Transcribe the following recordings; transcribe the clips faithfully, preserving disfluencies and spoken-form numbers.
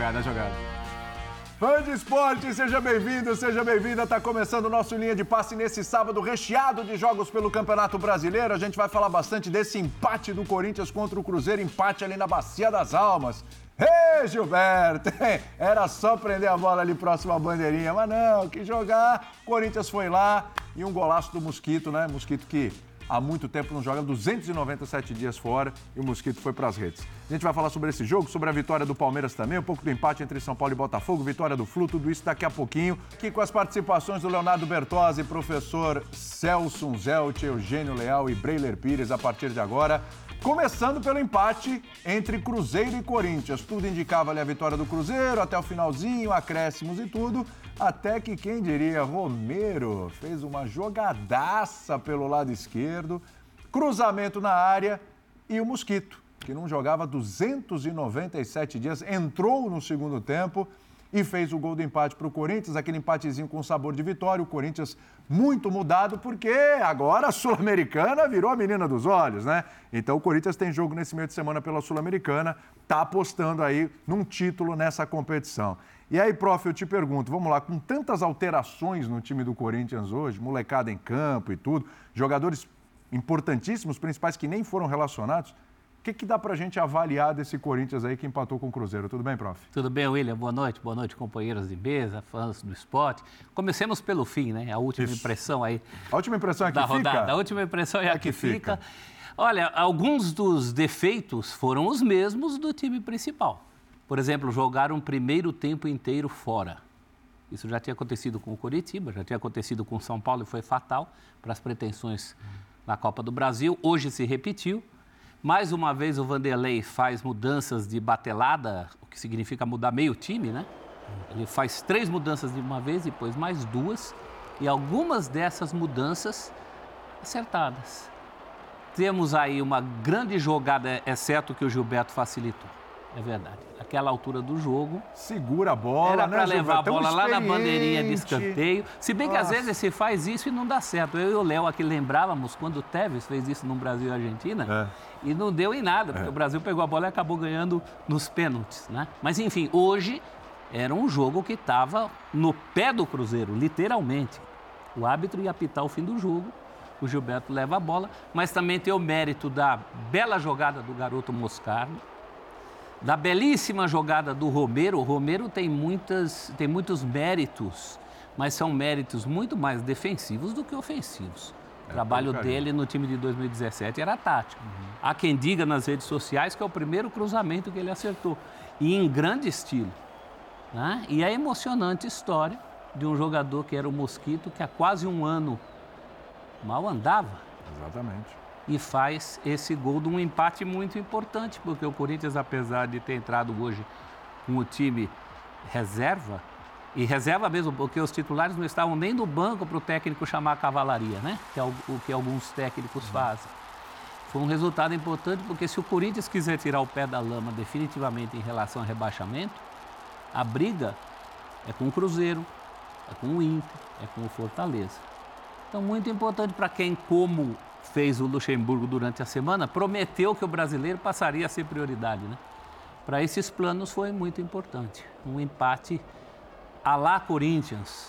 jogada, a jogada. Fã de esporte, seja bem-vindo, seja bem-vinda. Está começando o nosso Linha de Passe nesse sábado recheado de jogos pelo Campeonato Brasileiro. A gente vai falar bastante desse empate do Corinthians contra o Cruzeiro, empate ali na Bacia das Almas. Ei, Gilberto, era só prender a bola ali próximo à bandeirinha, mas não, que jogar. Corinthians foi lá e um golaço do Mosquito, né? Mosquito que há muito tempo não joga, duzentos e noventa e sete dias fora, e o Mosquito foi para as redes. A gente vai falar sobre esse jogo, sobre a vitória do Palmeiras também, um pouco do empate entre São Paulo e Botafogo, vitória do Flu, tudo isso daqui a pouquinho. Aqui com as participações do Leonardo Bertozzi, professor Celso Zelt, Eugênio Leal e Breiler Pires a partir de agora. Começando pelo empate entre Cruzeiro e Corinthians. Tudo indicava ali a vitória do Cruzeiro, até o finalzinho, acréscimos e tudo. Até que, quem diria, Romero fez uma jogadaça pelo lado esquerdo, cruzamento na área e o Mosquito, que não jogava duzentos e noventa e sete dias, entrou no segundo tempo e fez o gol do empate para o Corinthians, aquele empatezinho com sabor de vitória. O Corinthians muito mudado, porque agora a Sul-Americana virou a menina dos olhos, né? Então o Corinthians tem jogo nesse meio de semana pela Sul-Americana, tá apostando aí num título nessa competição. E aí, prof, eu te pergunto, vamos lá, com tantas alterações no time do Corinthians hoje, molecada em campo e tudo, jogadores importantíssimos, principais que nem foram relacionados, o que, que dá pra gente avaliar desse Corinthians aí que empatou com o Cruzeiro? Tudo bem, prof? Tudo bem, William. Boa noite. Boa noite, companheiros de mesa, fãs do esporte. Comecemos pelo fim, né? A última Isso. impressão aí. A última impressão é que da fica? Rodada. A última impressão é, é a que, que fica. fica. Olha, alguns dos defeitos foram os mesmos do time principal. Por exemplo, jogaram um primeiro tempo inteiro fora. Isso já tinha acontecido com o Coritiba, já tinha acontecido com o São Paulo e foi fatal para as pretensões na Copa do Brasil. Hoje se repetiu. Mais uma vez o Vanderlei faz mudanças de batelada, o que significa mudar meio time, né? Ele faz três mudanças de uma vez, depois mais duas, e algumas dessas mudanças acertadas. Temos aí uma grande jogada, exceto que o Gilberto facilitou. É verdade. Aquela altura do jogo... Segura a bola, era para né, levar a Gilberto? bola lá na bandeirinha de escanteio. Se bem que Nossa. às vezes se faz isso e não dá certo. Eu e o Léo aqui lembrávamos quando o Tevez fez isso no Brasil e Argentina é. e não deu em nada, porque é. o Brasil pegou a bola e acabou ganhando nos pênaltis, né? Mas enfim, hoje era um jogo que estava no pé do Cruzeiro, literalmente. O árbitro ia apitar o fim do jogo, o Gilberto leva a bola, mas também tem o mérito da bela jogada do garoto Moscardo, da belíssima jogada do Romero. O Romero tem, muitas, tem muitos méritos, mas são méritos muito mais defensivos do que ofensivos. O é, trabalho dele no time de dois mil e dezessete era tático. Uhum. Há quem diga nas redes sociais que é o primeiro cruzamento que ele acertou. E em grande estilo. Né? E a emocionante história de um jogador que era o Mosquito, que há quase um ano mal andava. Exatamente. E faz esse gol de um empate muito importante, porque o Corinthians, apesar de ter entrado hoje com o time reserva, e reserva mesmo, porque os titulares não estavam nem no banco para o técnico chamar a cavalaria, né? Que é o, o que alguns técnicos fazem. Foi um resultado importante, porque se o Corinthians quiser tirar o pé da lama definitivamente em relação ao rebaixamento, a briga é com o Cruzeiro, é com o Inter, é com o Fortaleza. Então, muito importante para quem, como fez o Luxemburgo durante a semana, prometeu que o brasileiro passaria a ser prioridade, né? Para esses planos foi muito importante. Um empate à lá Corinthians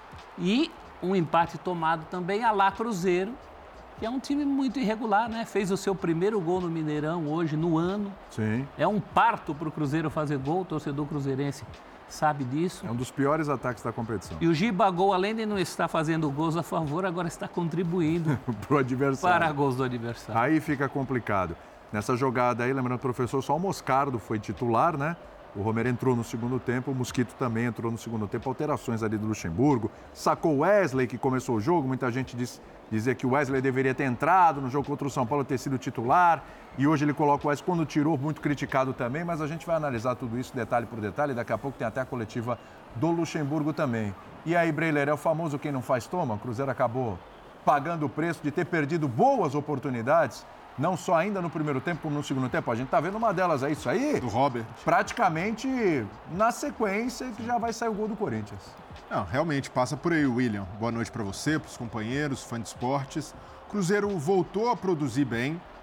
e um empate tomado também à lá Cruzeiro, que é um time muito irregular, né? Fez o seu primeiro gol no Mineirão hoje, no ano. Sim. É um parto para o Cruzeiro fazer gol, o torcedor cruzeirense sabe disso. É um dos piores ataques da competição. E o Gibagol, além de não estar fazendo gols a favor, agora está contribuindo Pro adversário. para gols do adversário. Aí fica complicado. Nessa jogada aí, lembrando o professor, só o Moscardo foi titular, né? O Romero entrou no segundo tempo, o Mosquito também entrou no segundo tempo. Alterações ali do Luxemburgo. Sacou o Wesley, que começou o jogo. Muita gente diz, dizia que o Wesley deveria ter entrado no jogo contra o São Paulo, ter sido titular. E hoje ele coloca o Wesley quando tirou, muito criticado também. Mas a gente vai analisar tudo isso detalhe por detalhe. Daqui a pouco tem até a coletiva do Luxemburgo também. E aí, Breiler, é o famoso quem não faz toma? O Cruzeiro acabou pagando o preço de ter perdido boas oportunidades. Não só ainda no primeiro tempo, como no segundo tempo. A gente tá vendo uma delas aí, isso aí... Do Robert. Praticamente na sequência que já vai sair o gol do Corinthians. Não, realmente, passa por aí, William. Boa noite para você, para os companheiros, fãs de esportes. O Cruzeiro voltou a produzir bem,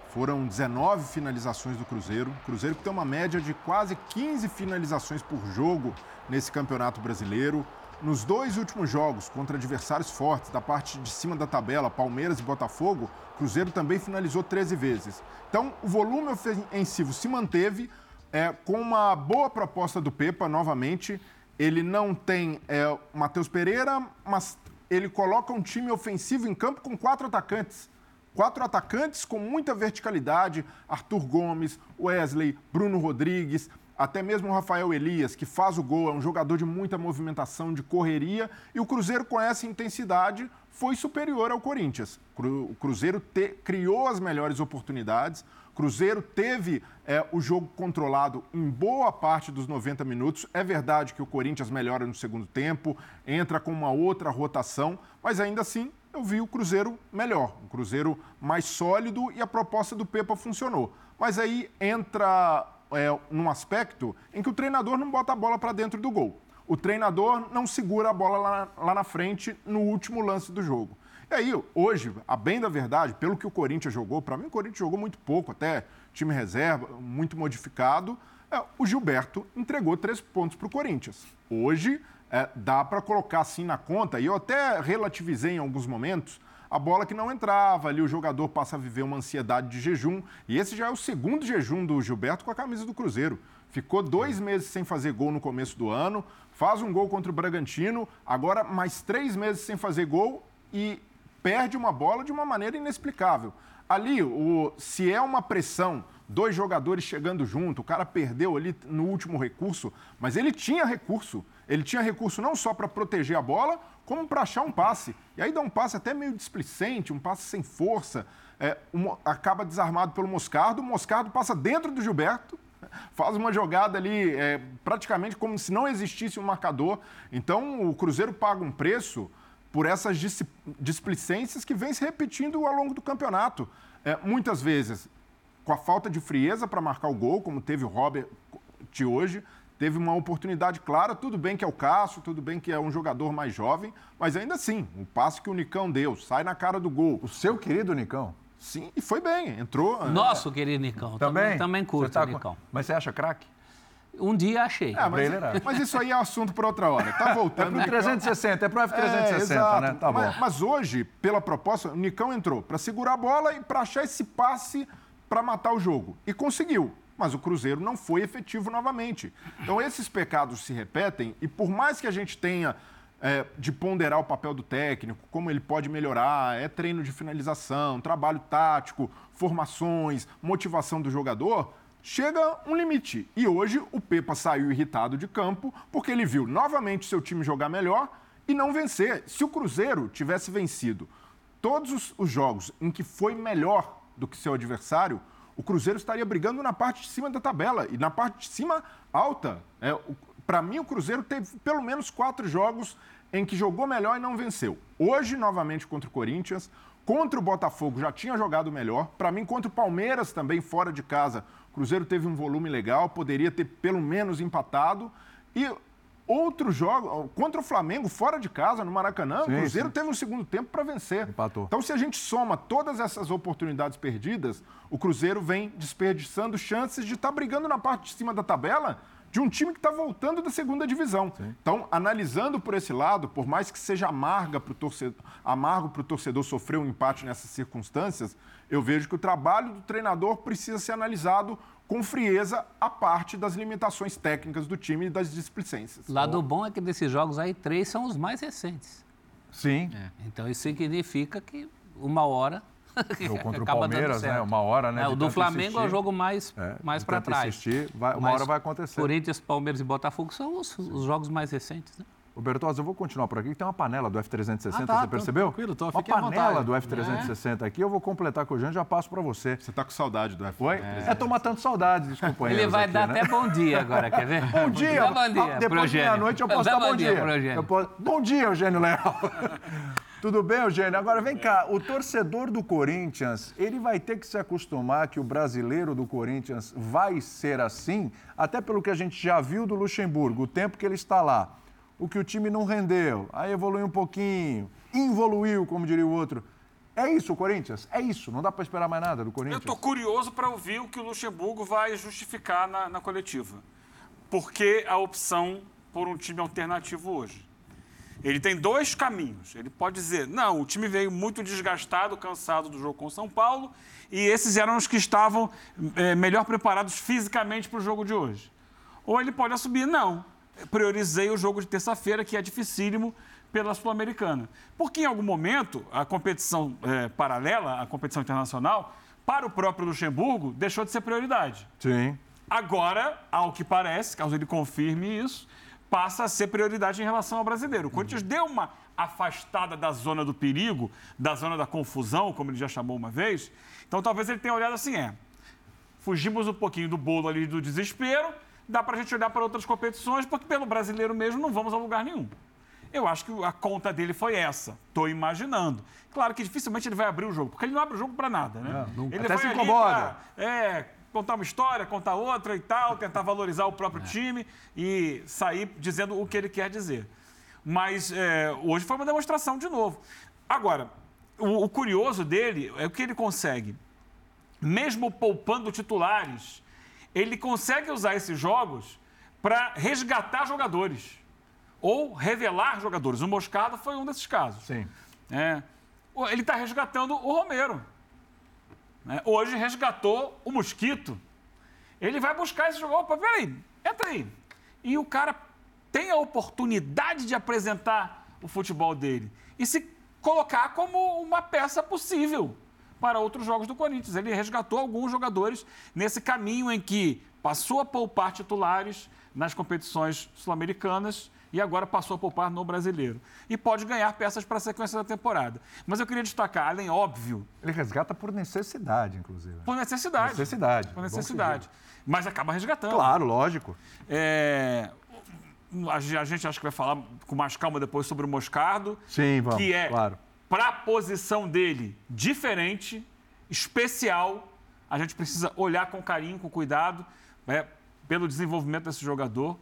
Foram dezenove finalizações do Cruzeiro. O Cruzeiro que tem uma média de quase quinze finalizações por jogo nesse Campeonato Brasileiro. Nos dois últimos jogos contra adversários fortes da parte de cima da tabela, Palmeiras e Botafogo, o Cruzeiro também finalizou treze vezes. Então, o volume ofensivo se manteve é, com uma boa proposta do Pepa, novamente. Ele não tem é, o Matheus Pereira, mas ele coloca um time ofensivo em campo com quatro atacantes. Quatro atacantes com muita verticalidade, Arthur Gomes, Wesley, Bruno Rodrigues, até mesmo o Rafael Elias, que faz o gol, é um jogador de muita movimentação, de correria, e o Cruzeiro com essa intensidade foi superior ao Corinthians. O Cruzeiro te, criou as melhores oportunidades, o Cruzeiro teve é, o jogo controlado em boa parte dos noventa minutos. É verdade que o Corinthians melhora no segundo tempo, entra com uma outra rotação, mas ainda assim eu vi o Cruzeiro melhor, o Cruzeiro mais sólido e a proposta do Pepa funcionou. Mas aí entra é, num aspecto em que o treinador não bota a bola para dentro do gol. O treinador não segura a bola lá, lá na frente no último lance do jogo. E aí, hoje, a bem da verdade, pelo que o Corinthians jogou, para mim o Corinthians jogou muito pouco, até time reserva, muito modificado, é, o Gilberto entregou três pontos para o Corinthians. Hoje, É, dá para colocar assim na conta, e eu até relativizei em alguns momentos, a bola que não entrava, ali o jogador passa a viver uma ansiedade de jejum, e esse já é o segundo jejum do Gilberto com a camisa do Cruzeiro. Ficou dois meses sem fazer gol no começo do ano, faz um gol contra o Bragantino, agora mais três meses sem fazer gol e perde uma bola de uma maneira inexplicável. Ali, o, se é uma pressão, dois jogadores chegando junto, o cara perdeu ali no último recurso, mas ele tinha recurso. Ele tinha recurso não só para proteger a bola, como para achar um passe. E aí dá um passe até meio displicente, um passe sem força. É, um, acaba desarmado pelo Moscardo. O Moscardo passa dentro do Gilberto, faz uma jogada ali é, praticamente como se não existisse um marcador. Então o Cruzeiro paga um preço por essas displicências que vem se repetindo ao longo do campeonato. É, muitas vezes com a falta de frieza para marcar o gol, como teve o Robert de hoje. Teve uma oportunidade clara, tudo bem que é o Cássio, tudo bem que é um jogador mais jovem, mas ainda assim, o passe que o Nicão deu, sai na cara do gol. O seu querido Nicão? Sim, e foi bem, entrou... Nosso é... querido Nicão, também, também, também curto tá o Nicão. Com... Mas você acha craque? Um dia achei. É, mas, mas isso aí é assunto para outra hora. Tá voltando. É pro trezentos e sessenta, é pro F trezentos e sessenta, é, né? Tá bom. Mas, mas hoje, pela proposta, o Nicão entrou para segurar a bola e para achar esse passe para matar o jogo. E conseguiu. Mas o Cruzeiro não foi efetivo novamente. Então, esses pecados se repetem e por mais que a gente tenha é, de ponderar o papel do técnico, como ele pode melhorar, é treino de finalização, trabalho tático, formações, motivação do jogador, chega um limite. E hoje o Pepa saiu irritado de campo porque ele viu novamente o seu time jogar melhor e não vencer. Se o Cruzeiro tivesse vencido todos os, os jogos em que foi melhor do que seu adversário, o Cruzeiro estaria brigando na parte de cima da tabela e na parte de cima alta. É, Para mim, o Cruzeiro teve pelo menos quatro jogos em que jogou melhor e não venceu. Hoje, novamente, contra o Corinthians. Contra o Botafogo, já tinha jogado melhor. Para mim, contra o Palmeiras também, fora de casa, o Cruzeiro teve um volume legal, poderia ter pelo menos empatado. E outro jogo, contra o Flamengo, fora de casa, no Maracanã, sim, o Cruzeiro sim. teve um segundo tempo para vencer. Empatou. Então, se a gente soma todas essas oportunidades perdidas, o Cruzeiro vem desperdiçando chances de estar tá brigando na parte de cima da tabela de um time que está voltando da segunda divisão. Sim. Então, analisando por esse lado, por mais que seja amarga pro torcedor, amargo para o torcedor sofrer um empate nessas circunstâncias, eu vejo que o trabalho do treinador precisa ser analisado com frieza a parte das limitações técnicas do time e das displicências. Lado bom é que desses jogos aí, três são os mais recentes. Sim. É. Então, isso significa que uma hora... Ou contra o Palmeiras, né? Uma hora, né? É, o do Flamengo insistir. É o jogo mais, é, mais para trás. Insistir, vai, uma Mas hora vai acontecer. Corinthians, Palmeiras e Botafogo são os, os jogos mais recentes, né? Ô, Bertozzi, eu vou continuar por aqui, tem uma panela do F trezentos e sessenta, ah, tá, você percebeu? Tranquilo, tô, uma panela do F trezentos e sessenta é. aqui, eu vou completar com o Jean e já passo para você. Você tá com saudade do F trezentos e sessenta? Oi? É, tô matando saudades dos companheiros. Ele vai aqui, dar né? até bom dia agora, quer ver? Bom dia! Dá bom dia, depois de meia-noite eu posso dar bom dia. dia eu posso... Bom dia, Eugênio Leal. Tudo bem, Eugênio? Agora, vem cá, o torcedor do Corinthians, ele vai ter que se acostumar que o brasileiro do Corinthians vai ser assim, até pelo que a gente já viu do Luxemburgo, o tempo que ele está lá. O que o time não rendeu, aí evoluiu um pouquinho, involuiu, como diria o outro. É isso o Corinthians? É isso, não dá para esperar mais nada do Corinthians? Eu estou curioso para ouvir o que o Luxemburgo vai justificar na, na coletiva. Por que a opção por um time alternativo hoje? Ele tem dois caminhos. Ele pode dizer, não, o time veio muito desgastado, cansado do jogo com o São Paulo, e esses eram os que estavam é, melhor preparados fisicamente para o jogo de hoje. Ou ele pode assumir, não, priorizei o jogo de terça-feira, que é dificílimo, pela Sul-Americana. Porque em algum momento, a competição é, paralela, a competição internacional, para o próprio Luxemburgo, deixou de ser prioridade. Sim. Agora, ao que parece, caso ele confirme isso, passa a ser prioridade em relação ao brasileiro. O Corinthians deu uma afastada da zona do perigo, da zona da confusão, como ele já chamou uma vez. Então, talvez ele tenha olhado assim, é, fugimos um pouquinho do bolo ali do desespero, dá para a gente olhar para outras competições, porque pelo brasileiro mesmo não vamos a lugar nenhum. Eu acho que a conta dele foi essa, estou imaginando. Claro que dificilmente ele vai abrir o jogo, porque ele não abre o jogo para nada, né? Não, nunca. Ele Até vai se ali incomoda. pra, é, contar uma história, contar outra e tal, tentar valorizar o próprio é. time e sair dizendo o que ele quer dizer. Mas é, hoje foi uma demonstração de novo. Agora, o, o curioso dele é o que ele consegue. Mesmo poupando titulares, ele consegue usar esses jogos para resgatar jogadores ou revelar jogadores. O Moscardo foi um desses casos. Sim. É, ele está resgatando o Romero. Hoje resgatou o Mosquito. Ele vai buscar esse jogo. Opa, peraí, entra aí. E o cara tem a oportunidade de apresentar o futebol dele e se colocar como uma peça possível para outros jogos do Corinthians. Ele resgatou alguns jogadores nesse caminho em que passou a poupar titulares nas competições sul-americanas e agora passou a poupar no brasileiro. E pode ganhar peças para a sequência da temporada. Mas eu queria destacar, além óbvio... Ele resgata por necessidade, inclusive. Por necessidade. Necessidade. Por necessidade. Mas acaba resgatando. Claro, lógico. É... A gente acha que vai falar com mais calma depois sobre o Moscardo. Sim, vamos, que é, claro. para a posição dele, diferente, especial. A gente precisa olhar com carinho, com cuidado, né, pelo desenvolvimento desse jogador.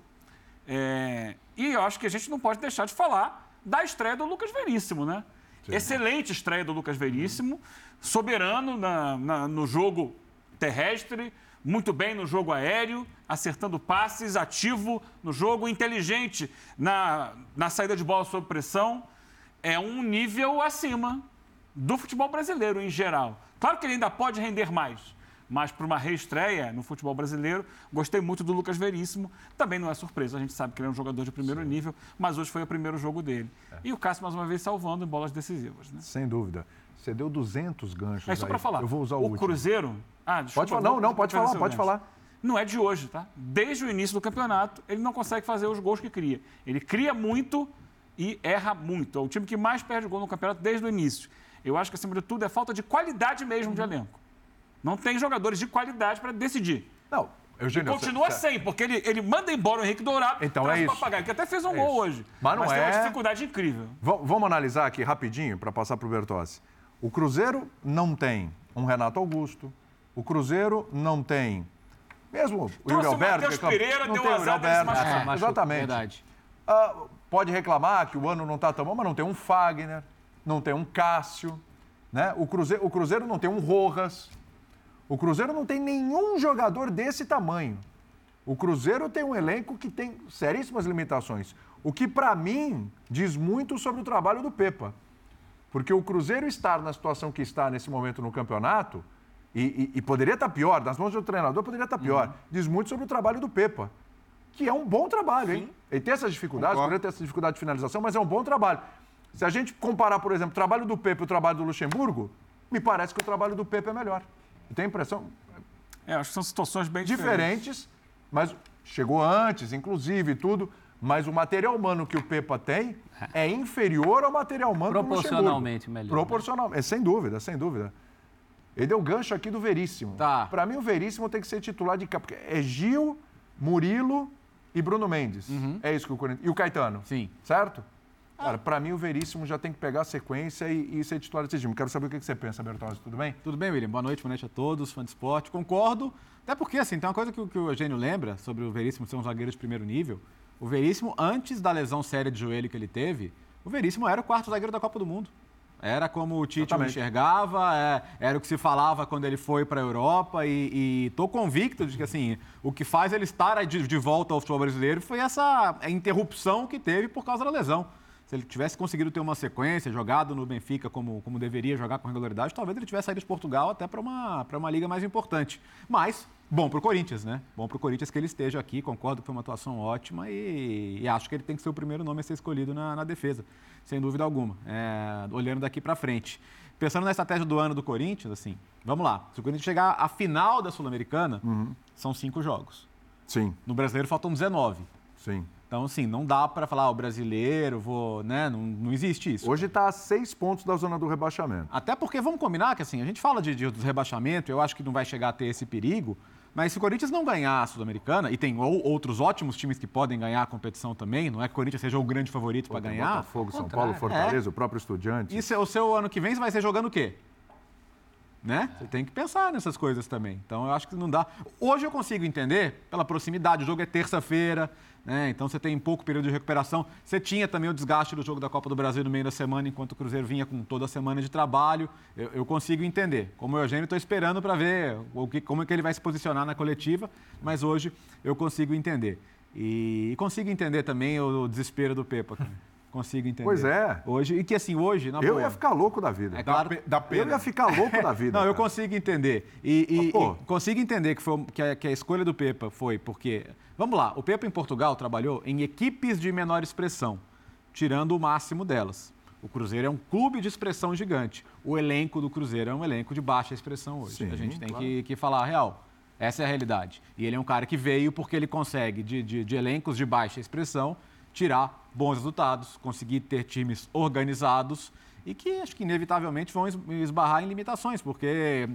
É... E eu acho que a gente não pode deixar de falar da estreia do Lucas Veríssimo, né? Sim. Excelente estreia do Lucas Veríssimo, soberano na, na, no jogo terrestre, muito bem no jogo aéreo, acertando passes, ativo no jogo, inteligente na, na saída de bola sob pressão. É um nível acima do futebol brasileiro em geral. Claro que ele ainda pode render mais, mas para uma reestreia no futebol brasileiro, gostei muito do Lucas Veríssimo. Também não é surpresa, a gente sabe que ele é um jogador de primeiro Sim. nível, mas hoje foi o primeiro jogo dele. É. E o Cássio, mais uma vez, salvando em bolas decisivas. Né? Sem dúvida. Você deu duzentos ganchos. É só para falar. Eu vou usar o, o último. Cruzeiro... Ah, desculpa, pode falar. Não, não, pode falar, pode falar. Não é de hoje, tá? Desde o início do campeonato, ele não consegue fazer os gols que cria. Ele cria muito e erra muito. É o time que mais perde gol no campeonato desde o início. Eu acho que, acima de tudo, é falta de qualidade mesmo uhum. de elenco. Não tem jogadores de qualidade para decidir. Não, Eugênio... E continua você... sem, porque ele, ele manda embora o Henrique Dourado, então traz é o isso. Papagaio, que até fez um é gol isso. hoje. Mas, não mas é... tem uma dificuldade incrível. V- vamos analisar aqui rapidinho, para passar para o Bertozzi. O Cruzeiro não tem um Renato Augusto. O Cruzeiro não tem... Mesmo o Yuri Alberto... O Matheus Pereira deu azar dele se machucar. É, exatamente. Verdade. Uh, pode reclamar que o ano não está tão bom, mas não tem um Fagner, não tem um Cássio, né? O Cruzeiro, o Cruzeiro não tem um Rojas. O Cruzeiro não tem nenhum jogador desse tamanho. O Cruzeiro tem um elenco que tem seríssimas limitações. O que, para mim, diz muito sobre o trabalho do Pepa. Porque o Cruzeiro estar na situação que está nesse momento no campeonato, e, e, e poderia estar pior, nas mãos do treinador poderia estar pior, uhum. diz muito sobre o trabalho do Pepa. Que é um bom trabalho, hein? Sim. Ele tem essas dificuldades, poderia ter essa dificuldade de finalização, mas é um bom trabalho. Se a gente comparar, por exemplo, o trabalho do Pepa e o trabalho do Luxemburgo, me parece que o trabalho do Pepa é melhor. Eu tenho a impressão... É, acho que são situações bem diferentes. Diferentes, mas chegou antes, inclusive, e tudo. Mas o material humano que o Pepa tem é inferior ao material humano do Luxemburgo. Proporcionalmente melhor. Proporcionalmente, né? Sem dúvida, sem dúvida. Ele deu gancho aqui do Veríssimo. Tá. Para mim, o Veríssimo tem que ser titular de campo, porque é Gil, Murilo e Bruno Mendes. Uhum. É isso que o Corinthians... E o Caetano. Sim. Certo? Cara, para mim o Veríssimo já tem que pegar a sequência e, e ser titular desse time. Quero saber o que você pensa, Bertozzi, tudo bem? Tudo bem, William. Boa noite, boa noite a todos, fã de esporte. Concordo, até porque, assim, tem uma coisa que, que o Eugênio lembra sobre o Veríssimo ser um zagueiro de primeiro nível. O Veríssimo, antes da lesão séria de joelho que ele teve, o Veríssimo era o quarto zagueiro da Copa do Mundo. Era como o Tite o enxergava, é, era o que se falava quando ele foi para a Europa e estou convicto de que assim, o que faz ele estar de, de volta ao futebol brasileiro foi essa interrupção que teve por causa da lesão. Se ele tivesse conseguido ter uma sequência, jogado no Benfica como, como deveria jogar com regularidade, talvez ele tivesse saído de Portugal até para uma, para uma liga mais importante. Mas, bom para o Corinthians, né? Bom para o Corinthians que ele esteja aqui, concordo que foi uma atuação ótima e, e acho que ele tem que ser o primeiro nome a ser escolhido na, na defesa, sem dúvida alguma, é, olhando daqui para frente. Pensando na estratégia do ano do Corinthians, assim, vamos lá, se o Corinthians chegar à final da Sul-Americana, uhum. são cinco jogos. Sim. No Brasileiro faltam dezenove. Sim. Então, assim, não dá para falar, o brasileiro, vou, né? Não, não existe isso. Hoje está a seis pontos da zona do rebaixamento. Até porque, vamos combinar que, assim, a gente fala de, de, de rebaixamento, eu acho que não vai chegar a ter esse perigo, mas se o Corinthians não ganhar a Sul-Americana, e tem ou, outros ótimos times que podem ganhar a competição também, não é que o Corinthians seja o grande favorito para ganhar. Botafogo, São Paulo, Fortaleza, é. o próprio Estudiantes. E se, o seu ano que vem você vai ser jogando o quê? Né? Você tem que pensar nessas coisas também. Então, eu acho que não dá. Hoje eu consigo entender, pela proximidade, o jogo é terça-feira, né? Então você tem pouco período de recuperação. Você tinha também o desgaste do jogo da Copa do Brasil no meio da semana, enquanto o Cruzeiro vinha com toda a semana de trabalho. Eu, eu consigo entender. Como o Eugênio, estou esperando para ver o que, como é que ele vai se posicionar na coletiva, mas hoje eu consigo entender. E, e consigo entender também o, o desespero do Pepa. Consigo entender. Pois é. Hoje, e que assim, hoje, na Eu boa, ia ficar louco da vida. É claro, da, da pena. Eu ia ficar louco da vida. Não, cara. eu consigo entender. E, e, Pô. e consigo entender que, foi, que, a, que a escolha do Pepa foi porque... Vamos lá, o Pepa em Portugal trabalhou em equipes de menor expressão, tirando o máximo delas. O Cruzeiro é um clube de expressão gigante. O elenco do Cruzeiro é um elenco de baixa expressão hoje. Sim, a gente tem claro. que, que falar a real. Essa é a realidade. E ele é um cara que veio porque ele consegue, de, de, de elencos de baixa expressão, tirar bons resultados, conseguir ter times organizados e que acho que inevitavelmente vão esbarrar em limitações, porque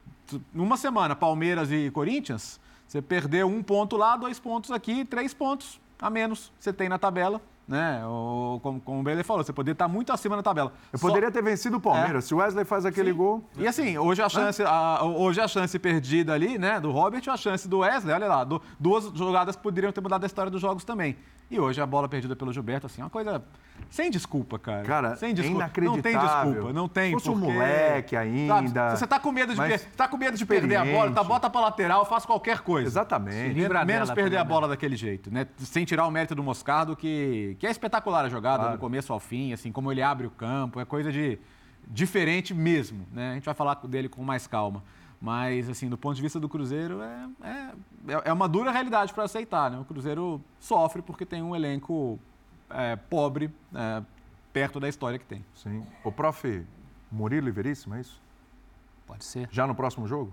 numa semana, Palmeiras e Corinthians, você perdeu um ponto lá, dois pontos aqui, três pontos a menos você tem na tabela, né? Ou, como, como o Bele falou, você poderia estar muito acima na tabela. Eu Só... poderia ter vencido o Palmeiras, é. se o Wesley faz aquele Sim. gol... E assim, hoje a chance, a, hoje a chance perdida ali, né, do Robert, a chance do Wesley, olha lá, do, duas jogadas que poderiam ter mudado a história dos jogos também. E hoje a bola perdida pelo Gilberto, assim, é uma coisa sem desculpa, cara. Cara, sem desculpa. é inacreditável. Não tem desculpa, não tem. Se fosse porque, um moleque ainda... Sabe, se você tá com medo de, per... tá com medo de perder a bola, tá, bota pra lateral, faz qualquer coisa. Exatamente. Menos, menos perder a bola daquele jeito, né? Sem tirar o mérito do Moscardo, que, que é espetacular a jogada, claro. do começo ao fim, assim, como ele abre o campo, é coisa de diferente mesmo, né? A gente vai falar dele com mais calma. Mas, assim, do ponto de vista do Cruzeiro, é, é, é uma dura realidade para aceitar, né? O Cruzeiro sofre porque tem um elenco é, pobre é, perto da história que tem. Sim. O prof. Murilo e Veríssimo, é isso? Pode ser. Já no próximo jogo?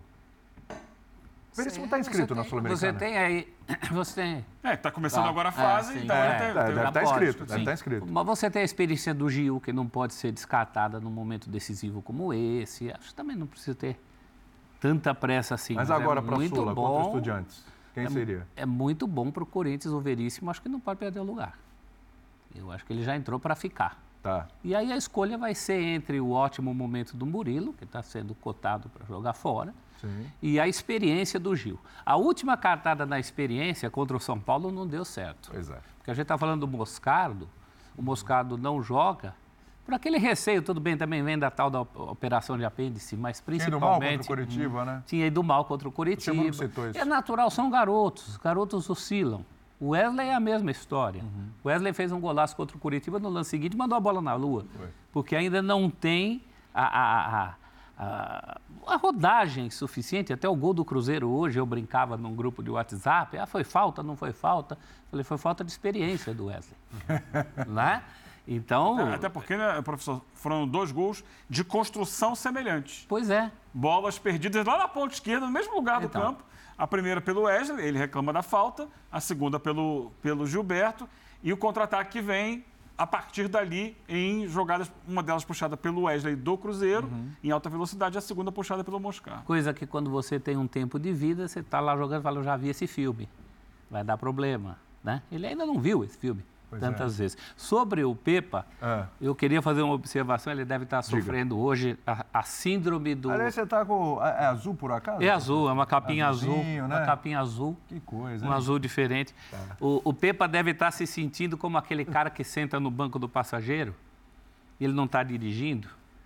O Veríssimo está inscrito na Sul-Americana. Você tem aí... Você tem... É, está começando tá. agora a fase, é, então é, ele tem, é, deve estar tá inscrito, deve estar inscrito. Mas você tem a experiência do Gil, que não pode ser descartada num momento decisivo como esse. Acho que também não precisa ter tanta pressa assim. Mas, mas agora é para a Sula, bom, contra Estudiantes, quem é, seria? É muito bom para o Corinthians, o Veríssimo, acho que não pode perder o lugar. Eu acho que ele já entrou para ficar. Tá. E aí a escolha vai ser entre o ótimo momento do Murilo, que está sendo cotado para jogar fora, Sim. e a experiência do Gil. A última cartada na experiência contra o São Paulo não deu certo. Pois é. Porque a gente está falando do Moscardo, o Moscardo não joga, por aquele receio, tudo bem, também vem da tal da operação de apêndice, mas principalmente... Tinha ido mal contra o Coritiba, hum, né? Tinha ido mal contra o Coritiba. Citou isso. É natural, são garotos, garotos oscilam. O Wesley é a mesma história. Uhum. O Wesley fez um golaço contra o Coritiba no lance seguinte e mandou a bola na lua. Foi. Porque ainda não tem a, a, a, a, a rodagem suficiente. Até o gol do Cruzeiro hoje, eu brincava num grupo de WhatsApp. Ah, foi falta, não foi falta? Falei, foi falta de experiência do Wesley. Né? Então... É, até porque, né, professor, foram dois gols de construção semelhante. Pois é. Bolas perdidas lá na ponta esquerda, no mesmo lugar do então. campo. A primeira pelo Wesley, ele reclama da falta. A segunda pelo, pelo Gilberto. E o contra-ataque vem a partir dali em jogadas, uma delas puxada pelo Wesley do Cruzeiro, uhum. em alta velocidade, e a segunda puxada pelo Moscardo. Coisa que quando você tem um tempo de vida, você está lá jogando e fala, eu já vi esse filme. Vai dar problema, né? Ele ainda não viu esse filme. Pois tantas é. vezes. Sobre o Pepa, é. eu queria fazer uma observação, ele deve estar sofrendo Diga. hoje a, a síndrome do... Aliás, você está com... É azul, por acaso? É azul, é uma capinha Azulzinho, azul, né? uma capinha azul. Que coisa, Um hein? azul diferente. Tá. O, o Pepa deve estar se sentindo como aquele cara que senta no banco do passageiro, ele não está dirigindo,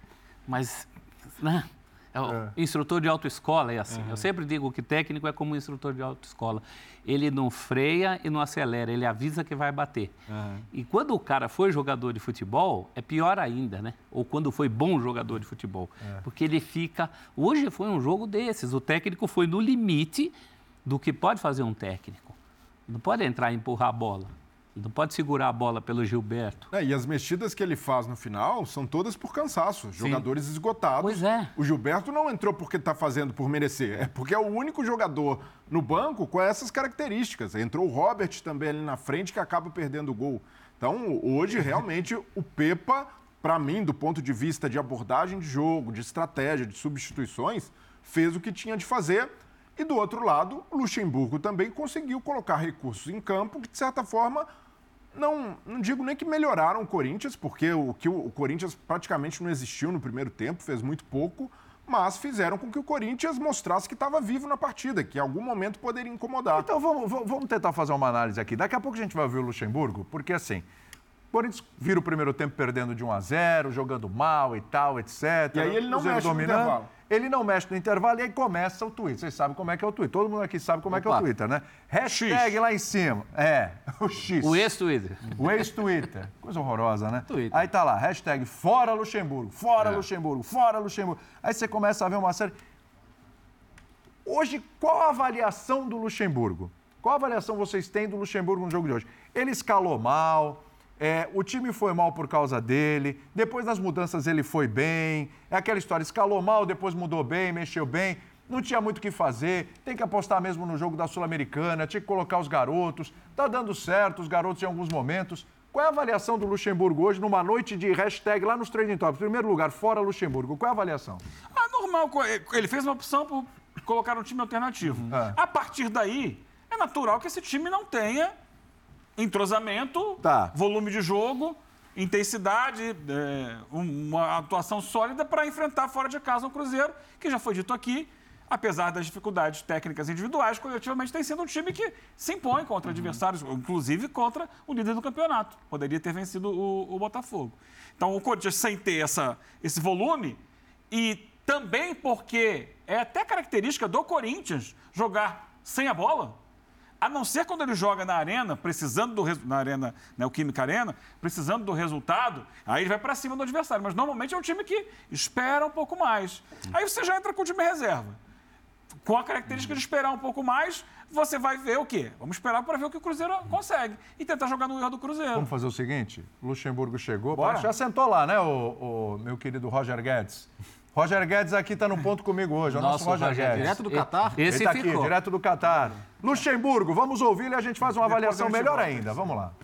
Mas, né? É o É. instrutor de autoescola é assim. Uhum. Eu sempre digo que técnico é como um instrutor de autoescola. Ele não freia e não acelera, ele avisa que vai bater. Uhum. E quando o cara foi jogador de futebol, é pior ainda, né? Ou quando foi bom jogador de futebol. É. Porque ele fica... Hoje foi um jogo desses. O técnico foi no limite do que pode fazer um técnico. Não pode entrar e empurrar a bola. Não pode segurar a bola pelo Gilberto. É, e as mexidas que ele faz no final são todas por cansaço, jogadores esgotados. Pois é. O Gilberto não entrou porque está fazendo por merecer, é porque é o único jogador no banco com essas características. Entrou o Robert também ali na frente que acaba perdendo o gol. Então, hoje, realmente, o Pepa, para mim, do ponto de vista de abordagem de jogo, de estratégia, de substituições, fez o que tinha de fazer. E do outro lado, o Luxemburgo também conseguiu colocar recursos em campo que, de certa forma, Não, não digo nem que melhoraram o Corinthians, porque o, que o, o Corinthians praticamente não existiu no primeiro tempo, fez muito pouco, mas fizeram com que o Corinthians mostrasse que estava vivo na partida, que em algum momento poderia incomodar. Então vamos, vamos vamos tentar fazer uma análise aqui. Daqui a pouco a gente vai ouvir o Luxemburgo, porque assim, o Corinthians vira o primeiro tempo perdendo de um a zero, jogando mal e tal, etcétera. E aí ele não Cruzeiro mexe no intervalo. Ele não mexe no intervalo e aí começa o Twitter. Vocês sabem como é que é o Twitter. Todo mundo aqui sabe como é que é o Opa. Twitter, né? Hashtag X. lá em cima. É, o X. O ex-Twitter. O ex-Twitter. Coisa horrorosa, né? Twitter. Aí tá lá, hashtag fora Luxemburgo, fora É. Luxemburgo, fora Luxemburgo. Aí você começa a ver uma série... Hoje, qual a avaliação do Luxemburgo? Qual a avaliação vocês têm do Luxemburgo no jogo de hoje? Ele escalou mal, é, o time foi mal por causa dele, depois das mudanças ele foi bem, é aquela história, escalou mal, depois mudou bem, mexeu bem, não tinha muito o que fazer, tem que apostar mesmo no jogo da Sul-Americana, tinha que colocar os garotos, tá dando certo os garotos em alguns momentos. Qual é a avaliação do Luxemburgo hoje, numa noite de hashtag lá nos Trading Topics? Primeiro lugar, fora Luxemburgo, qual é a avaliação? Ah, normal. Ele fez uma opção por colocar um time alternativo. É. A partir daí, é natural que esse time não tenha entrosamento, Tá. volume de jogo, intensidade, é, uma atuação sólida para enfrentar fora de casa um Cruzeiro, que já foi dito aqui, apesar das dificuldades técnicas individuais, coletivamente tem sido um time que se impõe contra adversários, inclusive contra o líder do campeonato. Poderia ter vencido o, o Botafogo. Então, o Corinthians, sem ter essa, esse volume, e também porque é até característica do Corinthians jogar sem a bola, a não ser quando ele joga na arena, precisando do resu- na arena, né, o Química Arena, precisando do resultado, aí ele vai para cima do adversário. Mas normalmente é um time que espera um pouco mais. Aí você já entra com o time reserva. Com a característica de esperar um pouco mais, você vai ver o quê? Vamos esperar para ver o que o Cruzeiro consegue e tentar jogar no erro do Cruzeiro. Vamos fazer o seguinte, Luxemburgo chegou, Bora. parece que já sentou lá, né, o, o meu querido Roger Guedes? Roger Guedes aqui está no ponto comigo hoje, é o nosso, Roger, Guedes. Direto do Catar? Esse Ele tá ficou. aqui, direto do Catar. Luxemburgo, vamos ouvir e a gente faz uma Depois avaliação a gente melhor volta. ainda. Vamos lá.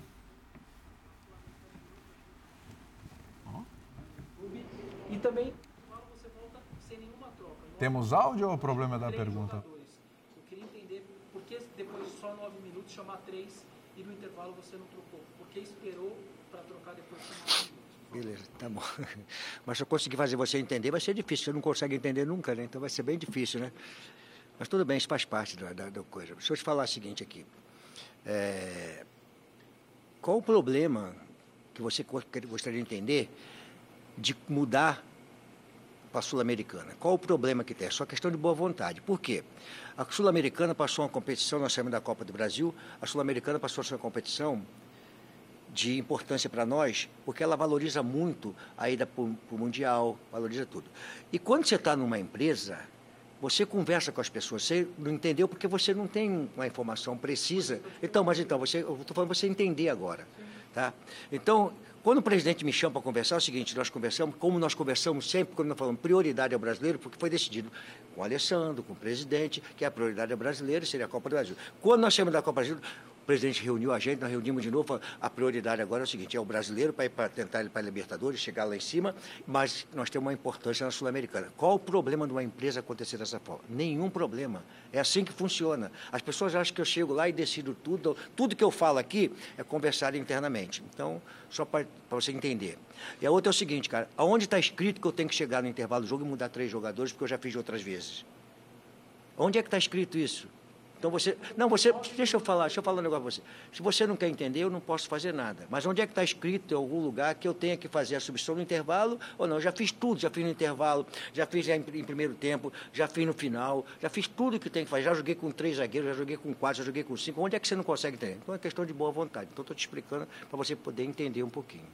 E também você volta sem nenhuma troca. Nove Temos áudio ou o problema da três pergunta? jogadores. Eu queria entender por que depois de só nove minutos chamar três e no intervalo você não trocou. Por que esperou para trocar depois de nove minutos? Beleza, tá bom. Mas se eu conseguir fazer você entender, vai ser difícil. Você não consegue entender nunca, né? Então vai ser bem difícil, né? Mas tudo bem, isso faz parte da, da, da coisa. Deixa eu te falar o seguinte aqui. É... Qual o problema que você gostaria de entender de mudar para a Sul-Americana? Qual o problema que tem? É só questão de boa vontade. Por quê? A Sul-Americana passou uma competição, nós saímos da Copa do Brasil, a Sul-Americana passou a ser uma competição de importância para nós, porque ela valoriza muito a ida para o Mundial, valoriza tudo. E quando você está numa empresa, você conversa com as pessoas, você não entendeu porque você não tem uma informação precisa. Então, mas então, você, eu estou falando para você entender agora. Tá? Então, quando o presidente me chama para conversar, é o seguinte, nós conversamos, como nós conversamos sempre, quando nós falamos prioridade ao brasileiro, porque foi decidido com o Alessandro, com o presidente, que a prioridade ao brasileiro seria a Copa do Brasil. Quando nós chamamos da Copa do Brasil, o presidente reuniu a gente, nós reunimos de novo, falou, a prioridade agora é o seguinte, é o brasileiro para ir para tentar ir para a Libertadores, chegar lá em cima, mas nós temos uma importância na Sul-Americana. Qual o problema de uma empresa acontecer dessa forma? Nenhum problema. É assim que funciona. As pessoas acham que eu chego lá e decido tudo, tudo que eu falo aqui é conversar internamente. Então, só para você entender. E a outra é o seguinte, cara, aonde está escrito que eu tenho que chegar no intervalo do jogo e mudar três jogadores, porque eu já fiz outras vezes? Onde é que está escrito isso? Então você... Não, você... Deixa eu falar, deixa eu falar um negócio para você. Se você não quer entender, eu não posso fazer nada. Mas onde é que está escrito em algum lugar que eu tenha que fazer a substituição no intervalo ou não? Eu já fiz tudo, já fiz no intervalo, já fiz em, em primeiro tempo, já fiz no final, já fiz tudo que tem que fazer. Já joguei com três zagueiros, já joguei com quatro, já joguei com cinco. Onde é que você não consegue entender? Então é questão de boa vontade. Então estou te explicando para você poder entender um pouquinho.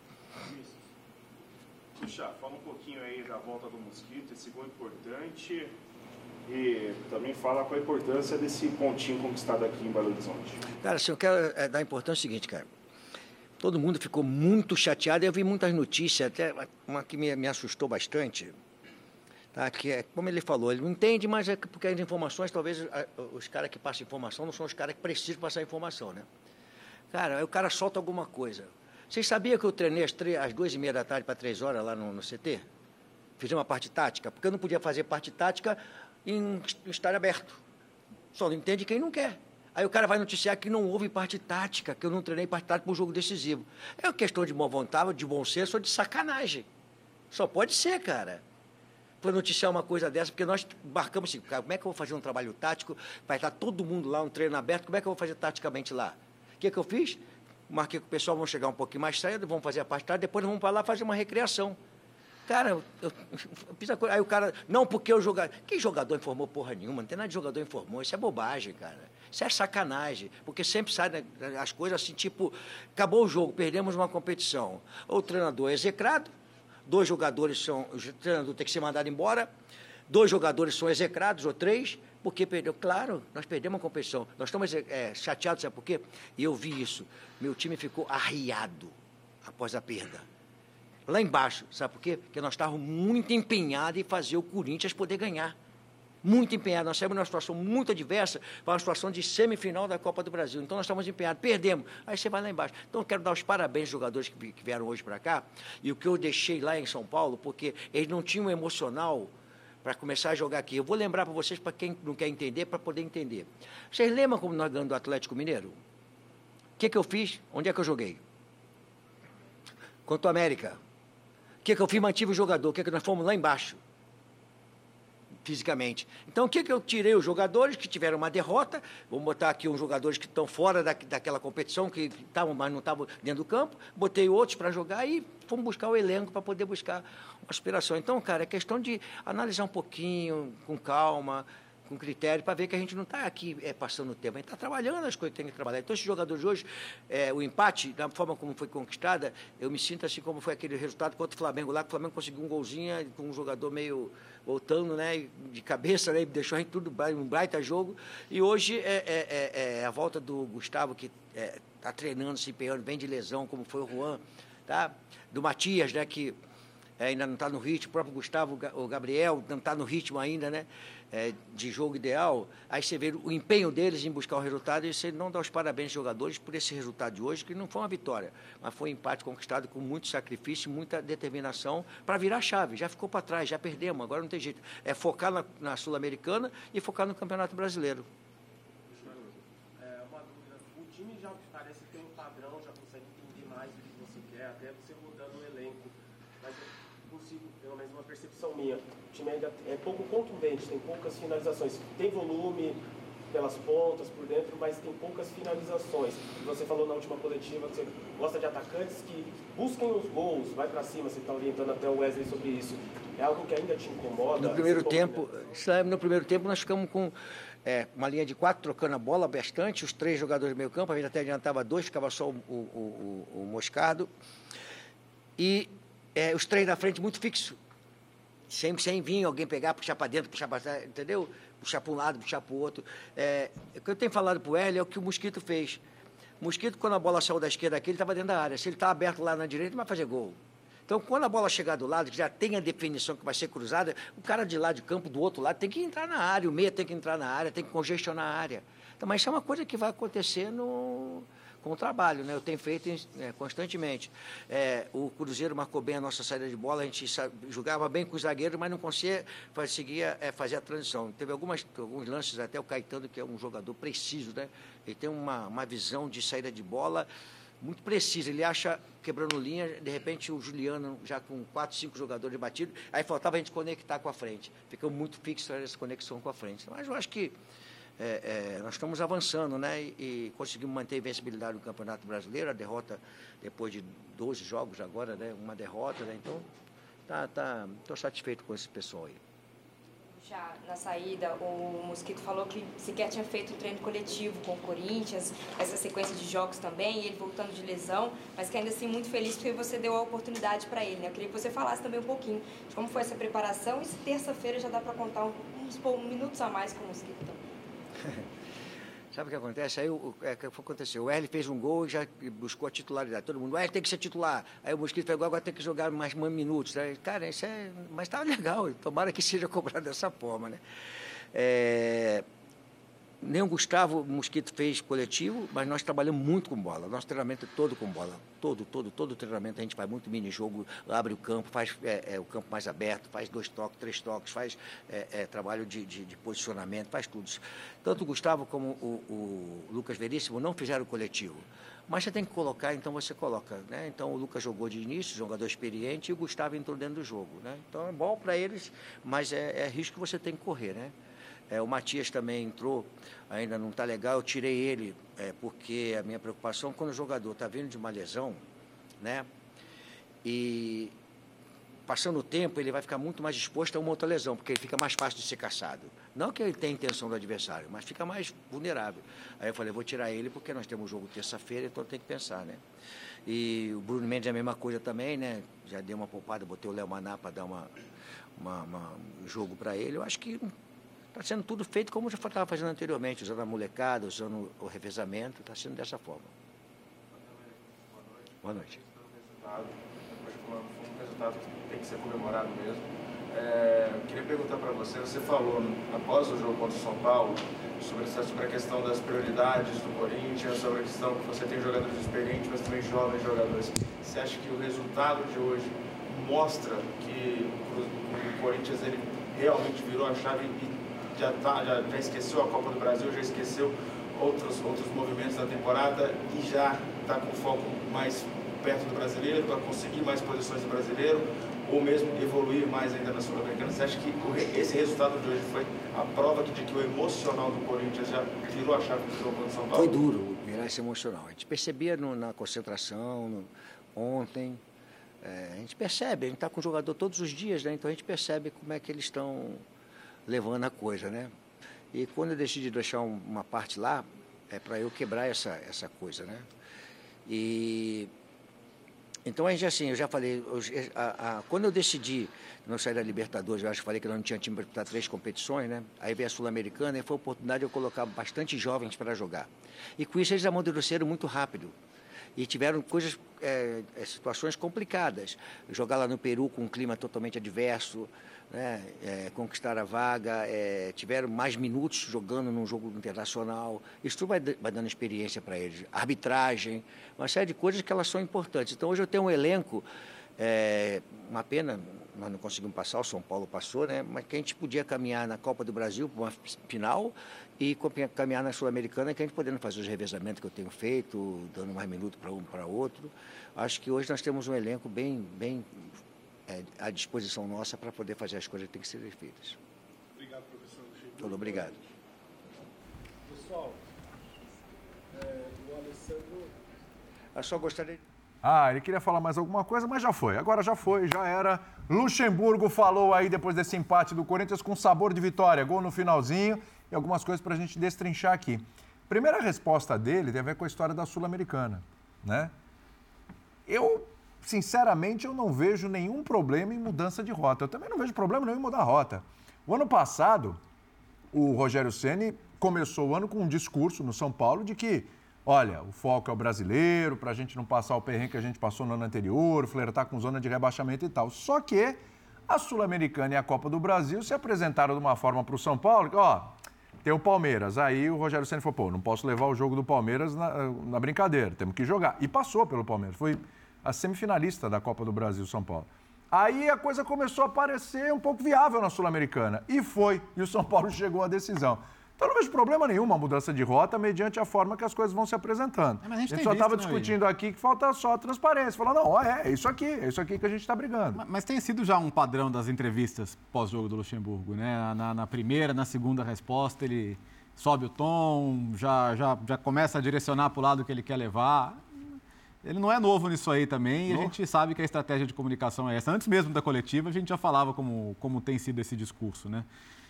Puxa, fala um pouquinho aí da volta do Mosquito, esse gol importante. E também fala qual a importância desse pontinho conquistado aqui em Belo Horizonte. Cara, assim, eu quero é, dar a importância o seguinte, cara. Todo mundo ficou muito chateado. Eu vi muitas notícias, até uma que me, me assustou bastante. Tá? Que é, como ele falou, ele não entende, mas é porque as informações, talvez a, os caras que passam informação não são os caras que precisam passar informação, né? Cara, aí o cara solta alguma coisa. Vocês sabiam que eu treinei às, três, às duas e meia da tarde para três horas lá no, no C T? Fiz uma parte tática, porque eu não podia fazer parte tática em estádio aberto. Só não entende quem não quer. Aí o cara vai noticiar que não houve parte tática, que eu não treinei parte tática para um jogo decisivo. É uma questão de boa vontade, de bom senso ou de sacanagem. Só pode ser, cara. Para noticiar uma coisa dessa, porque nós marcamos assim, cara, como é que eu vou fazer um trabalho tático? Vai estar todo mundo lá, um treino aberto, como é que eu vou fazer taticamente lá? O que, que eu fiz? Marquei com o pessoal, vamos chegar um pouquinho mais cedo, vamos fazer a parte tática, depois vamos para lá fazer uma recreação. Cara, eu, eu, eu fiz a coisa. Aí o cara, não, porque o jogador. Que jogador informou porra nenhuma? Não tem nada de jogador informou. Isso é bobagem, cara. Isso é sacanagem. Porque sempre saem as coisas assim, tipo, acabou o jogo, perdemos uma competição. O treinador é execrado, dois jogadores são. O treinador tem que ser mandado embora, dois jogadores são execrados, ou três, porque perdeu. Claro, nós perdemos a competição. Nós estamos é, chateados, sabe por quê? E eu vi isso. Meu time ficou arriado após a perda. Lá embaixo, sabe por quê? Porque nós estávamos muito empenhados em fazer o Corinthians poder ganhar. Muito empenhados. Nós saímos numa situação muito adversa para uma situação de semifinal da Copa do Brasil. Então, nós estávamos empenhados. Perdemos. Aí você vai lá embaixo. Então, eu quero dar os parabéns aos jogadores que, que vieram hoje para cá. E o que eu deixei lá em São Paulo, porque eles não tinham emocional para começar a jogar aqui. Eu vou lembrar para vocês, para quem não quer entender, para poder entender. Vocês lembram como nós ganhamos do Atlético Mineiro? O que, que eu fiz? Onde é que eu joguei? Contra o América. O que, que eu fiz? Mantive o jogador. O que, que nós fomos lá embaixo, fisicamente. Então, o que, que eu tirei? Os jogadores que tiveram uma derrota, vamos botar aqui uns jogadores que estão fora da, daquela competição, que estavam, mas não estavam dentro do campo, botei outros para jogar e fomos buscar o elenco para poder buscar uma aspiração. Então, cara, é questão de analisar um pouquinho, com calma, com critério, para ver que a gente não está aqui é, passando o tempo, a gente está trabalhando as coisas que tem que trabalhar. Então, esses jogadores de hoje, é, o empate, da forma como foi conquistada, eu me sinto assim como foi aquele resultado contra o Flamengo lá, que o Flamengo conseguiu um golzinho com um jogador meio voltando, né, de cabeça, né, deixou a gente tudo um baita jogo. E hoje é, é, é, é a volta do Gustavo, que está é, treinando, se empenhando, vem de lesão, como foi o Juan, tá? Do Matias, né, que é, ainda não está no ritmo, o próprio Gustavo, o Gabriel, não está no ritmo ainda, né? É, de jogo ideal. Aí você vê o empenho deles em buscar o resultado e você não dá os parabéns aos jogadores por esse resultado de hoje, que não foi uma vitória, mas foi um empate conquistado com muito sacrifício, muita determinação para virar a chave. Já ficou para trás, já perdemos, agora não tem jeito. É focar na, na Sul-Americana e focar no Campeonato Brasileiro. É uma dúvida. O time já parece ter um padrão, já consegue entender mais do que você quer, até você mudando o elenco. Mas eu consigo, pelo menos uma percepção minha, o time ainda é pouco contundente, tem poucas finalizações. Tem volume pelas pontas, por dentro, mas tem poucas finalizações. Você falou na última coletiva que você gosta de atacantes que busquem os gols, vai para cima, você está orientando até o Wesley sobre isso. É algo que ainda te incomoda? No primeiro tempo, no primeiro tempo nós ficamos com é, uma linha de quatro, trocando a bola bastante, os três jogadores do meio campo, a gente até adiantava dois, ficava só o, o, o, o Moscardo. E é, os três na frente muito fixo. Sempre sem vir alguém pegar, puxar para dentro, puxar para trás, entendeu? Puxar para um lado, puxar para o outro. É, o que eu tenho falado para o Hélio é o que o Mosquito fez. O Mosquito, quando a bola saiu da esquerda aqui, ele estava dentro da área. Se ele está aberto lá na direita, ele vai fazer gol. Então, quando a bola chegar do lado, que já tem a definição que vai ser cruzada, o cara de lá de campo, do outro lado, tem que entrar na área, o meia tem que entrar na área, tem que congestionar a área. Então, mas isso é uma coisa que vai acontecer no... com o trabalho, né? Eu tenho feito é, constantemente. É, o Cruzeiro marcou bem a nossa saída de bola, a gente sabe, jogava bem com os zagueiros, mas não conseguia, conseguia é, fazer a transição. Teve algumas, alguns lances, até o Caetano, que é um jogador preciso, né? Ele tem uma, uma visão de saída de bola muito precisa. Ele acha, quebrando linha, de repente o Juliano, já com quatro, cinco jogadores batidos, aí faltava a gente conectar com a frente. Ficou muito fixo essa conexão com a frente. Mas eu acho que é, é, nós estamos avançando, né? E, e conseguimos manter a invencibilidade no Campeonato Brasileiro, a derrota depois de doze jogos agora, né? Uma derrota, né? Então, tá, tá, estou satisfeito com esse pessoal aí. Já na saída, o Mosquito falou que sequer tinha feito um treino coletivo com o Corinthians, essa sequência de jogos também, ele voltando de lesão, mas que ainda assim muito feliz porque você deu a oportunidade para ele, né? Eu queria que você falasse também um pouquinho de como foi essa preparação e se terça-feira já dá para contar uns, uns minutos a mais com o Mosquito também. Sabe o que acontece? Aí o é, que aconteceu? O Erle fez um gol e já buscou a titularidade. Todo mundo, o Erle tem que ser titular. Aí o Mosquito pegou, agora tem que jogar mais minutos. Aí, cara, isso é... Mas tá legal, tomara que seja cobrado dessa forma, né? É... Nem o Gustavo Mosquito fez coletivo, mas nós trabalhamos muito com bola. Nosso treinamento é todo com bola. Todo, todo, todo treinamento a gente faz muito mini-jogo, abre o campo, faz é, é, o campo mais aberto, faz dois toques, três toques, faz é, é, trabalho de, de, de posicionamento, faz tudo. Tanto o Gustavo como o, o Lucas Veríssimo não fizeram coletivo. Mas você tem que colocar, então você coloca, né? Então o Lucas jogou de início, jogador experiente, e o Gustavo entrou dentro do jogo, né? Então é bom para eles, mas é, é risco que você tem que correr, né? É, o Matias também entrou, ainda não está legal, eu tirei ele, é, porque a minha preocupação, quando o jogador está vindo de uma lesão, né, e passando o tempo, ele vai ficar muito mais exposto a uma outra lesão, porque ele fica mais fácil de ser caçado. Não que ele tenha intenção do adversário, mas fica mais vulnerável. Aí eu falei, vou tirar ele, porque nós temos jogo terça-feira, então tem que pensar, né. E o Bruno Mendes é a mesma coisa também, né, já deu uma poupada, botei o Léo Maná para dar uma, uma, uma, um jogo para ele. Eu acho que está sendo tudo feito como já estava fazendo anteriormente, usando a molecada, usando o revezamento, está sendo dessa forma. Boa noite. Foi um resultado que tem que ser comemorado mesmo. É, queria perguntar para você, você falou após o jogo contra o São Paulo sobre, essa, sobre a questão das prioridades do Corinthians, sobre a questão que você tem jogadores experientes, mas também jovens jogadores. Você acha que o resultado de hoje mostra que o, o Corinthians ele realmente virou a chave e Já, tá, já, já esqueceu a Copa do Brasil, já esqueceu outros, outros movimentos da temporada e já está com foco mais perto do brasileiro, para conseguir mais posições do brasileiro, ou mesmo evoluir mais ainda na Sul-Americana? Você acha que esse resultado de hoje foi a prova de que o emocional do Corinthians já virou a chave do jogo contra o São Paulo? Foi duro virar esse emocional. A gente percebia no, na concentração, no, ontem, é, a gente percebe, a gente está com o jogador todos os dias, né? Então a gente percebe como é que eles estão levando a coisa, né? E quando eu decidi deixar um, uma parte lá, é para eu quebrar essa, essa coisa, né? E então a gente, assim, eu já falei, eu, a, a, quando eu decidi não sair da Libertadores, eu acho que falei que eu não tinha time para disputar três competições, né? Aí veio a Sul-Americana e foi a oportunidade de eu colocar bastante jovens para jogar. E com isso eles amadureceram muito rápido. E tiveram coisas, é, situações complicadas. Jogar lá no Peru com um clima totalmente adverso, né? É, conquistar a vaga, é, tiveram mais minutos jogando num jogo internacional. Isso tudo vai, vai dando experiência para eles. Arbitragem, uma série de coisas que elas são importantes. Então hoje eu tenho um elenco, é, uma pena, nós não conseguimos passar, o São Paulo passou, né? Mas que a gente podia caminhar na Copa do Brasil para uma final e caminhar na Sul-Americana, que a gente podendo fazer os revezamentos que eu tenho feito, dando mais minutos para um para outro. Acho que hoje nós temos um elenco bem, bem é, à disposição nossa para poder fazer as coisas que têm que ser feitas. Obrigado, professor. Todo obrigado. Pessoal, é, o Alessandro... Eu só gostaria... Ah, ele queria falar mais alguma coisa, mas já foi. Agora já foi, já era. Luxemburgo falou aí depois desse empate do Corinthians com sabor de vitória. Gol no finalzinho e algumas coisas para a gente destrinchar aqui. Primeira resposta dele tem a ver com a história da Sul-Americana, né? Eu, sinceramente, eu não vejo nenhum problema em mudança de rota. Eu também não vejo problema nenhum em mudar a rota. O ano passado, o Rogério Ceni começou o ano com um discurso no São Paulo de que olha, o foco é o brasileiro, para a gente não passar o perrengue que a gente passou no ano anterior, flertar com zona de rebaixamento e tal. Só que a Sul-Americana e a Copa do Brasil se apresentaram de uma forma para o São Paulo, que, ó, tem o Palmeiras. Aí o Rogério Ceni falou, pô, não posso levar o jogo do Palmeiras na, na brincadeira, temos que jogar. E passou pelo Palmeiras, foi a semifinalista da Copa do Brasil, São Paulo. Aí a coisa começou a parecer um pouco viável na Sul-Americana, e foi, e o São Paulo chegou à decisão. Então, não vejo problema nenhum uma mudança de rota mediante a forma que as coisas vão se apresentando. É, mas a gente, a gente só estava discutindo aqui que falta só a transparência. Falar, não, é, é isso aqui, é isso aqui que a gente está brigando. Mas, mas tem sido já um padrão das entrevistas pós-jogo do Luxemburgo, né? Na, na primeira, na segunda resposta, ele, sobe o tom, já, já, já começa a direcionar para o lado que ele quer levar. Ele não é novo nisso aí também e a gente sabe que a estratégia de comunicação é essa. Antes mesmo da coletiva, a gente já falava como, como tem sido esse discurso, né?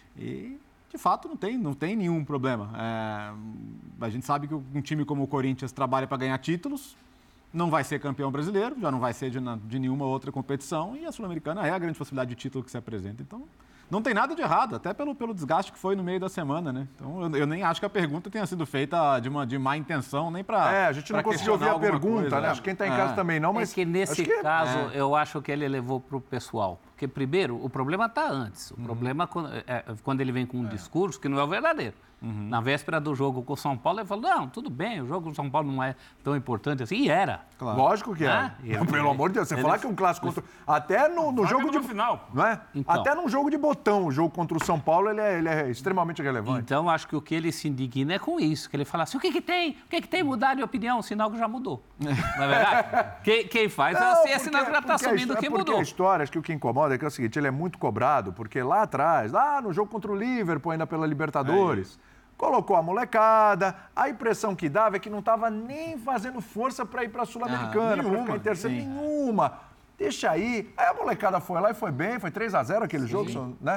E, de fato, não tem, não tem nenhum problema. É, a gente sabe que um time como o Corinthians trabalha para ganhar títulos, não vai ser campeão brasileiro, já não vai ser de, de nenhuma outra competição e a Sul-Americana é a grande possibilidade de título que se apresenta. Então, não tem nada de errado, até pelo, pelo desgaste que foi no meio da semana, né? Então, eu, eu nem acho que a pergunta tenha sido feita de, uma, de má intenção, nem para... É, a gente não conseguiu ouvir a pergunta, coisa, né? Acho que quem está em casa é. também não, mas... É que nesse que... caso, é. eu acho que ele levou para o pessoal. Porque, primeiro, o problema está antes. O uhum. problema é quando ele vem com um é. discurso que não é o verdadeiro. Uhum. Na véspera do jogo com o São Paulo, ele falou, não, tudo bem, o jogo com o São Paulo não é tão importante assim. E era. Claro. Lógico que era. Ah, Pelo amor de Deus, você ele... falar que um clássico contra... Até no, no jogo de... no final. Não é? Então, até num jogo de botão, o jogo contra o São Paulo, ele é, ele é extremamente relevante. Então, acho que o que ele se indigna é com isso. Que ele fala assim, o que que tem? O que que tem mudar de opinião? Sinal que já mudou. Não é verdade? quem, quem faz não, assim, é sinal que já está assumindo que mudou. Porque a história, acho que o que incomoda é que é o seguinte, ele é muito cobrado, porque lá atrás, lá no jogo contra o Liverpool, ainda pela Libertadores... É colocou a molecada, a impressão que dava é que não estava nem fazendo força para ir para a Sul-Americana, ah, para ficar em terceiro, nenhuma. Deixa aí. Aí a molecada foi lá e foi bem, foi três a zero aquele Sim. jogo, né?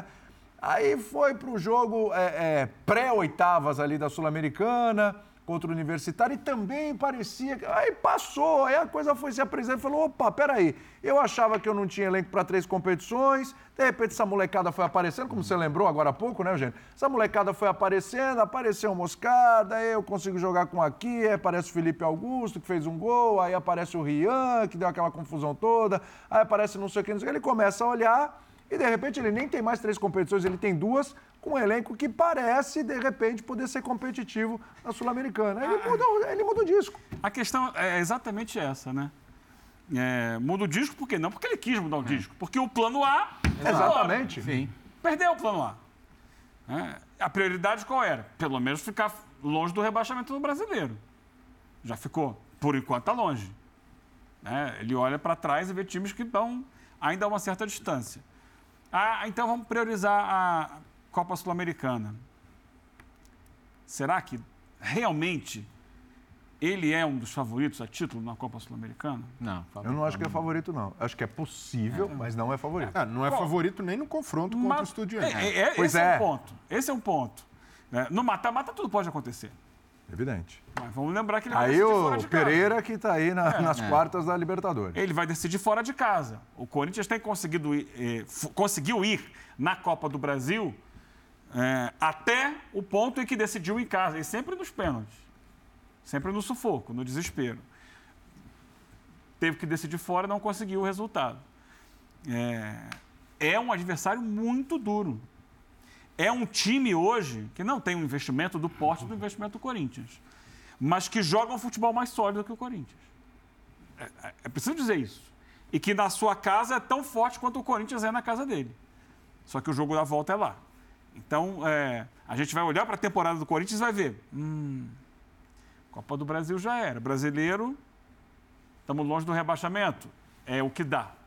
Aí foi para o jogo é, é, pré-oitavas ali da Sul-Americana, contra o Universitário, e também parecia... Aí passou, aí a coisa foi se apresentando e falou, opa, peraí, eu achava que eu não tinha elenco para três competições, de repente essa molecada foi aparecendo, como você lembrou agora há pouco, né, Eugênio? Essa molecada foi aparecendo, apareceu o Moscarda, aí eu consigo jogar com aqui, aí aparece o Felipe Augusto, que fez um gol, aí aparece o Rian, que deu aquela confusão toda, aí aparece não sei o que, não sei o que, ele começa a olhar... E, de repente, ele nem tem mais três competições, ele tem duas, com um elenco que parece, de repente, poder ser competitivo na Sul-Americana. Ele, ah, muda, ele muda o disco. A questão é exatamente essa, né? É, muda o disco por quê? Não porque ele quis mudar o é. disco, porque o plano A... Exatamente. Sim. Perdeu o plano A. É, a prioridade qual era? Pelo menos ficar longe do rebaixamento do brasileiro. Já ficou. Por enquanto está longe. É, ele olha para trás e vê times que estão ainda a uma certa distância. Ah, então vamos priorizar a Copa Sul-Americana. Será que realmente ele é um dos favoritos a título na Copa Sul-Americana? Não. Eu não acho que é favorito, não. Acho que é possível, é. mas não é favorito. É, não é Bom, favorito nem no confronto contra o Estudiantes. É, é, pois esse é. é um ponto. Esse é um ponto. É, no mata-mata tudo pode acontecer. Evidente. Mas vamos lembrar que ele vai aí decidir o fora de Pereira casa. que está aí na, é, nas é. quartas da Libertadores. Ele vai decidir fora de casa. O Corinthians tem conseguido ir, eh, conseguiu ir na Copa do Brasil eh, até o ponto em que decidiu em casa. E sempre nos pênaltis. Sempre no sufoco, no desespero. Teve que decidir fora e não conseguiu o resultado. É, é um adversário muito duro. É um time hoje que não tem um investimento do porte do investimento do Corinthians, mas que joga um futebol mais sólido que o Corinthians. É, é preciso dizer isso. E que na sua casa é tão forte quanto o Corinthians é na casa dele. Só que o jogo da volta é lá. Então, é, a gente vai olhar para a temporada do Corinthians e vai ver. Hum, Copa do Brasil já era. Brasileiro, estamos longe do rebaixamento. É o que dá.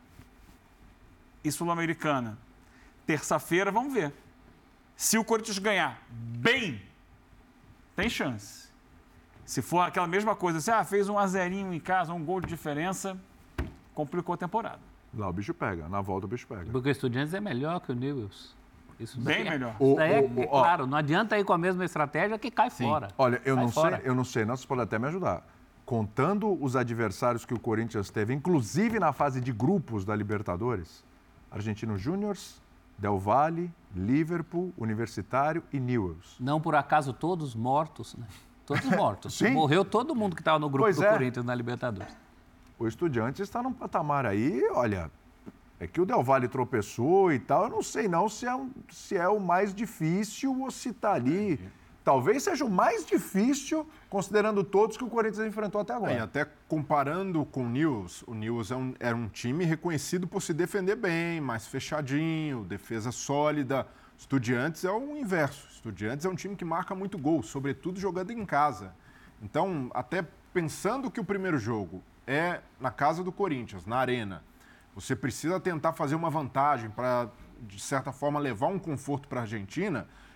E Sul-Americana. Terça-feira, vamos ver. Se o Corinthians ganhar bem, tem chance. Se for aquela mesma coisa, assim, ah, fez um azerinho em casa, um gol de diferença, complicou a temporada. Lá o bicho pega, na volta o bicho pega. Porque o Estudiantes é melhor que o Newell's. Isso bem é, melhor. O, isso daí é, o, o, é claro, não adianta ir com a mesma estratégia que cai Sim. fora. Olha, eu cai não fora. sei, eu não sei, não, você pode até me ajudar. Contando os adversários que o Corinthians teve, inclusive na fase de grupos da Libertadores, Argentino Júniors, Del Valle, Liverpool, Universitário e Newell's. Não por acaso todos mortos, né? Todos mortos. Sim. Morreu todo mundo que estava no grupo pois do é. Corinthians na Libertadores. O Estudiantes está num patamar aí, olha, é que o Del Valle tropeçou e tal, eu não sei não se é, um, se é o mais difícil ou se está ali... Talvez seja o mais difícil, considerando todos que o Corinthians enfrentou até agora. É, e até comparando com o Newell's, o Newell's é um, era um time reconhecido por se defender bem, mais fechadinho, defesa sólida. Estudiantes é o inverso. Estudiantes é um time que marca muito gol, sobretudo jogando em casa. Então, até pensando que o primeiro jogo é na casa do Corinthians, na Arena, você precisa tentar fazer uma vantagem para, de certa forma, levar um conforto para a Argentina.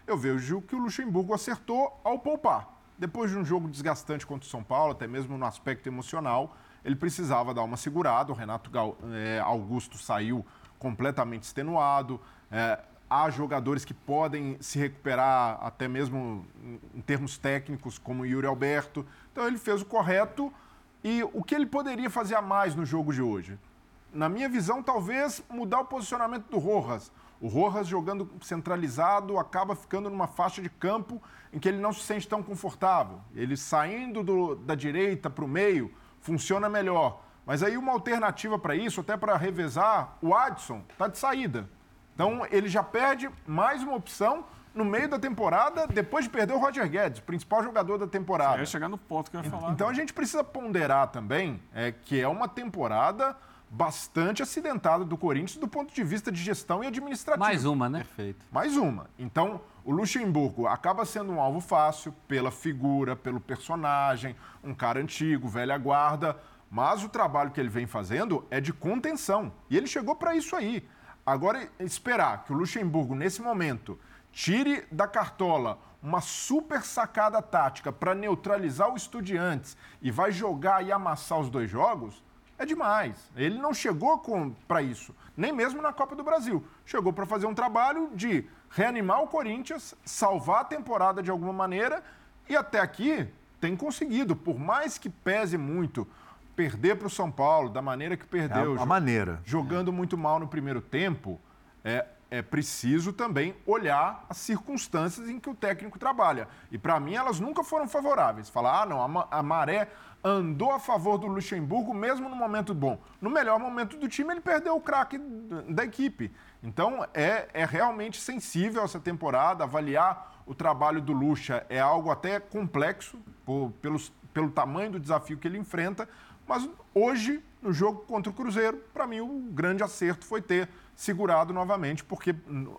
eu vejo que o Luxemburgo acertou ao poupar. Depois de um jogo desgastante contra o São Paulo, até mesmo no aspecto emocional, ele precisava dar uma segurada. O Renato Gal, é, Augusto saiu completamente extenuado. É, há jogadores que podem se recuperar até mesmo em termos técnicos, como o Yuri Alberto. Então ele fez o correto. E o que ele poderia fazer a mais no jogo de hoje? Na minha visão, talvez mudar o posicionamento do Rojas. O Rojas jogando centralizado acaba ficando numa faixa de campo em que ele não se sente tão confortável. Ele saindo do, da direita para o meio funciona melhor. Mas aí uma alternativa para isso, até para revezar, o Adson está de saída. Então ele já perde mais uma opção no meio da temporada, depois de perder o Roger Guedes, principal jogador da temporada. Eu ia chegar no ponto que eu ia falar. Então a gente precisa ponderar também é, que é uma temporada bastante acidentada do Corinthians do ponto de vista de gestão e administrativo. Mais uma, né? Perfeito. Mais uma. Então, o Luxemburgo acaba sendo um alvo fácil pela figura, pelo personagem, um cara antigo, velha guarda, mas o trabalho que ele vem fazendo é de contenção. E ele chegou para isso aí. Agora, esperar que o Luxemburgo, nesse momento, tire da cartola uma super sacada tática para neutralizar o Estudiantes e vai jogar e amassar os dois jogos, é demais. Ele não chegou para isso, nem mesmo na Copa do Brasil. Chegou para fazer um trabalho de reanimar o Corinthians, salvar a temporada de alguma maneira e até aqui tem conseguido. Por mais que pese muito perder para o São Paulo da maneira que perdeu, é a, a maneira. jogando muito mal no primeiro tempo, é, é preciso também olhar as circunstâncias em que o técnico trabalha. E para mim elas nunca foram favoráveis. Falar, ah, não, a, a maré andou a favor do Luxemburgo mesmo no momento bom. No melhor momento do time, ele perdeu o craque da equipe. Então, é, é realmente sensível essa temporada. Avaliar o trabalho do Luxa é algo até complexo, por, pelos, pelo tamanho do desafio que ele enfrenta. Mas hoje, no jogo contra o Cruzeiro, para mim, o grande acerto foi ter segurado novamente, porque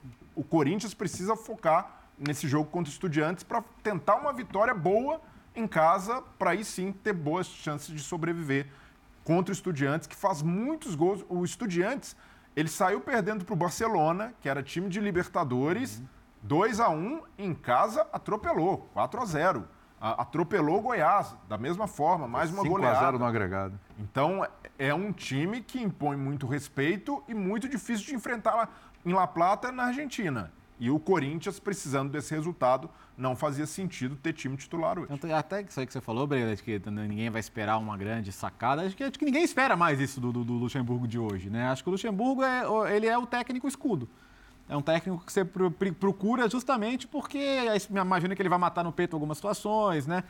o Corinthians precisa focar nesse jogo contra o Estudiantes para tentar uma vitória boa em casa, para aí sim ter boas chances de sobreviver contra o Estudiantes, que faz muitos gols. O Estudiantes, ele saiu perdendo para o Barcelona, que era time de Libertadores, uhum. dois a um, em casa atropelou, quatro a zero. Atropelou o Goiás, da mesma forma, mais uma goleada. cinco a zero no agregado. Então, é um time que impõe muito respeito e muito difícil de enfrentar em La Plata, na Argentina. E o Corinthians, precisando desse resultado, não fazia sentido ter time titular hoje. Até isso aí que você falou, Breno, de que ninguém vai esperar uma grande sacada. Acho que, acho que ninguém espera mais isso do, do, do Luxemburgo de hoje, né? Acho que o Luxemburgo é, ele é o técnico escudo. É um técnico que você procura justamente porque imagina que ele vai matar no peito algumas situações, né?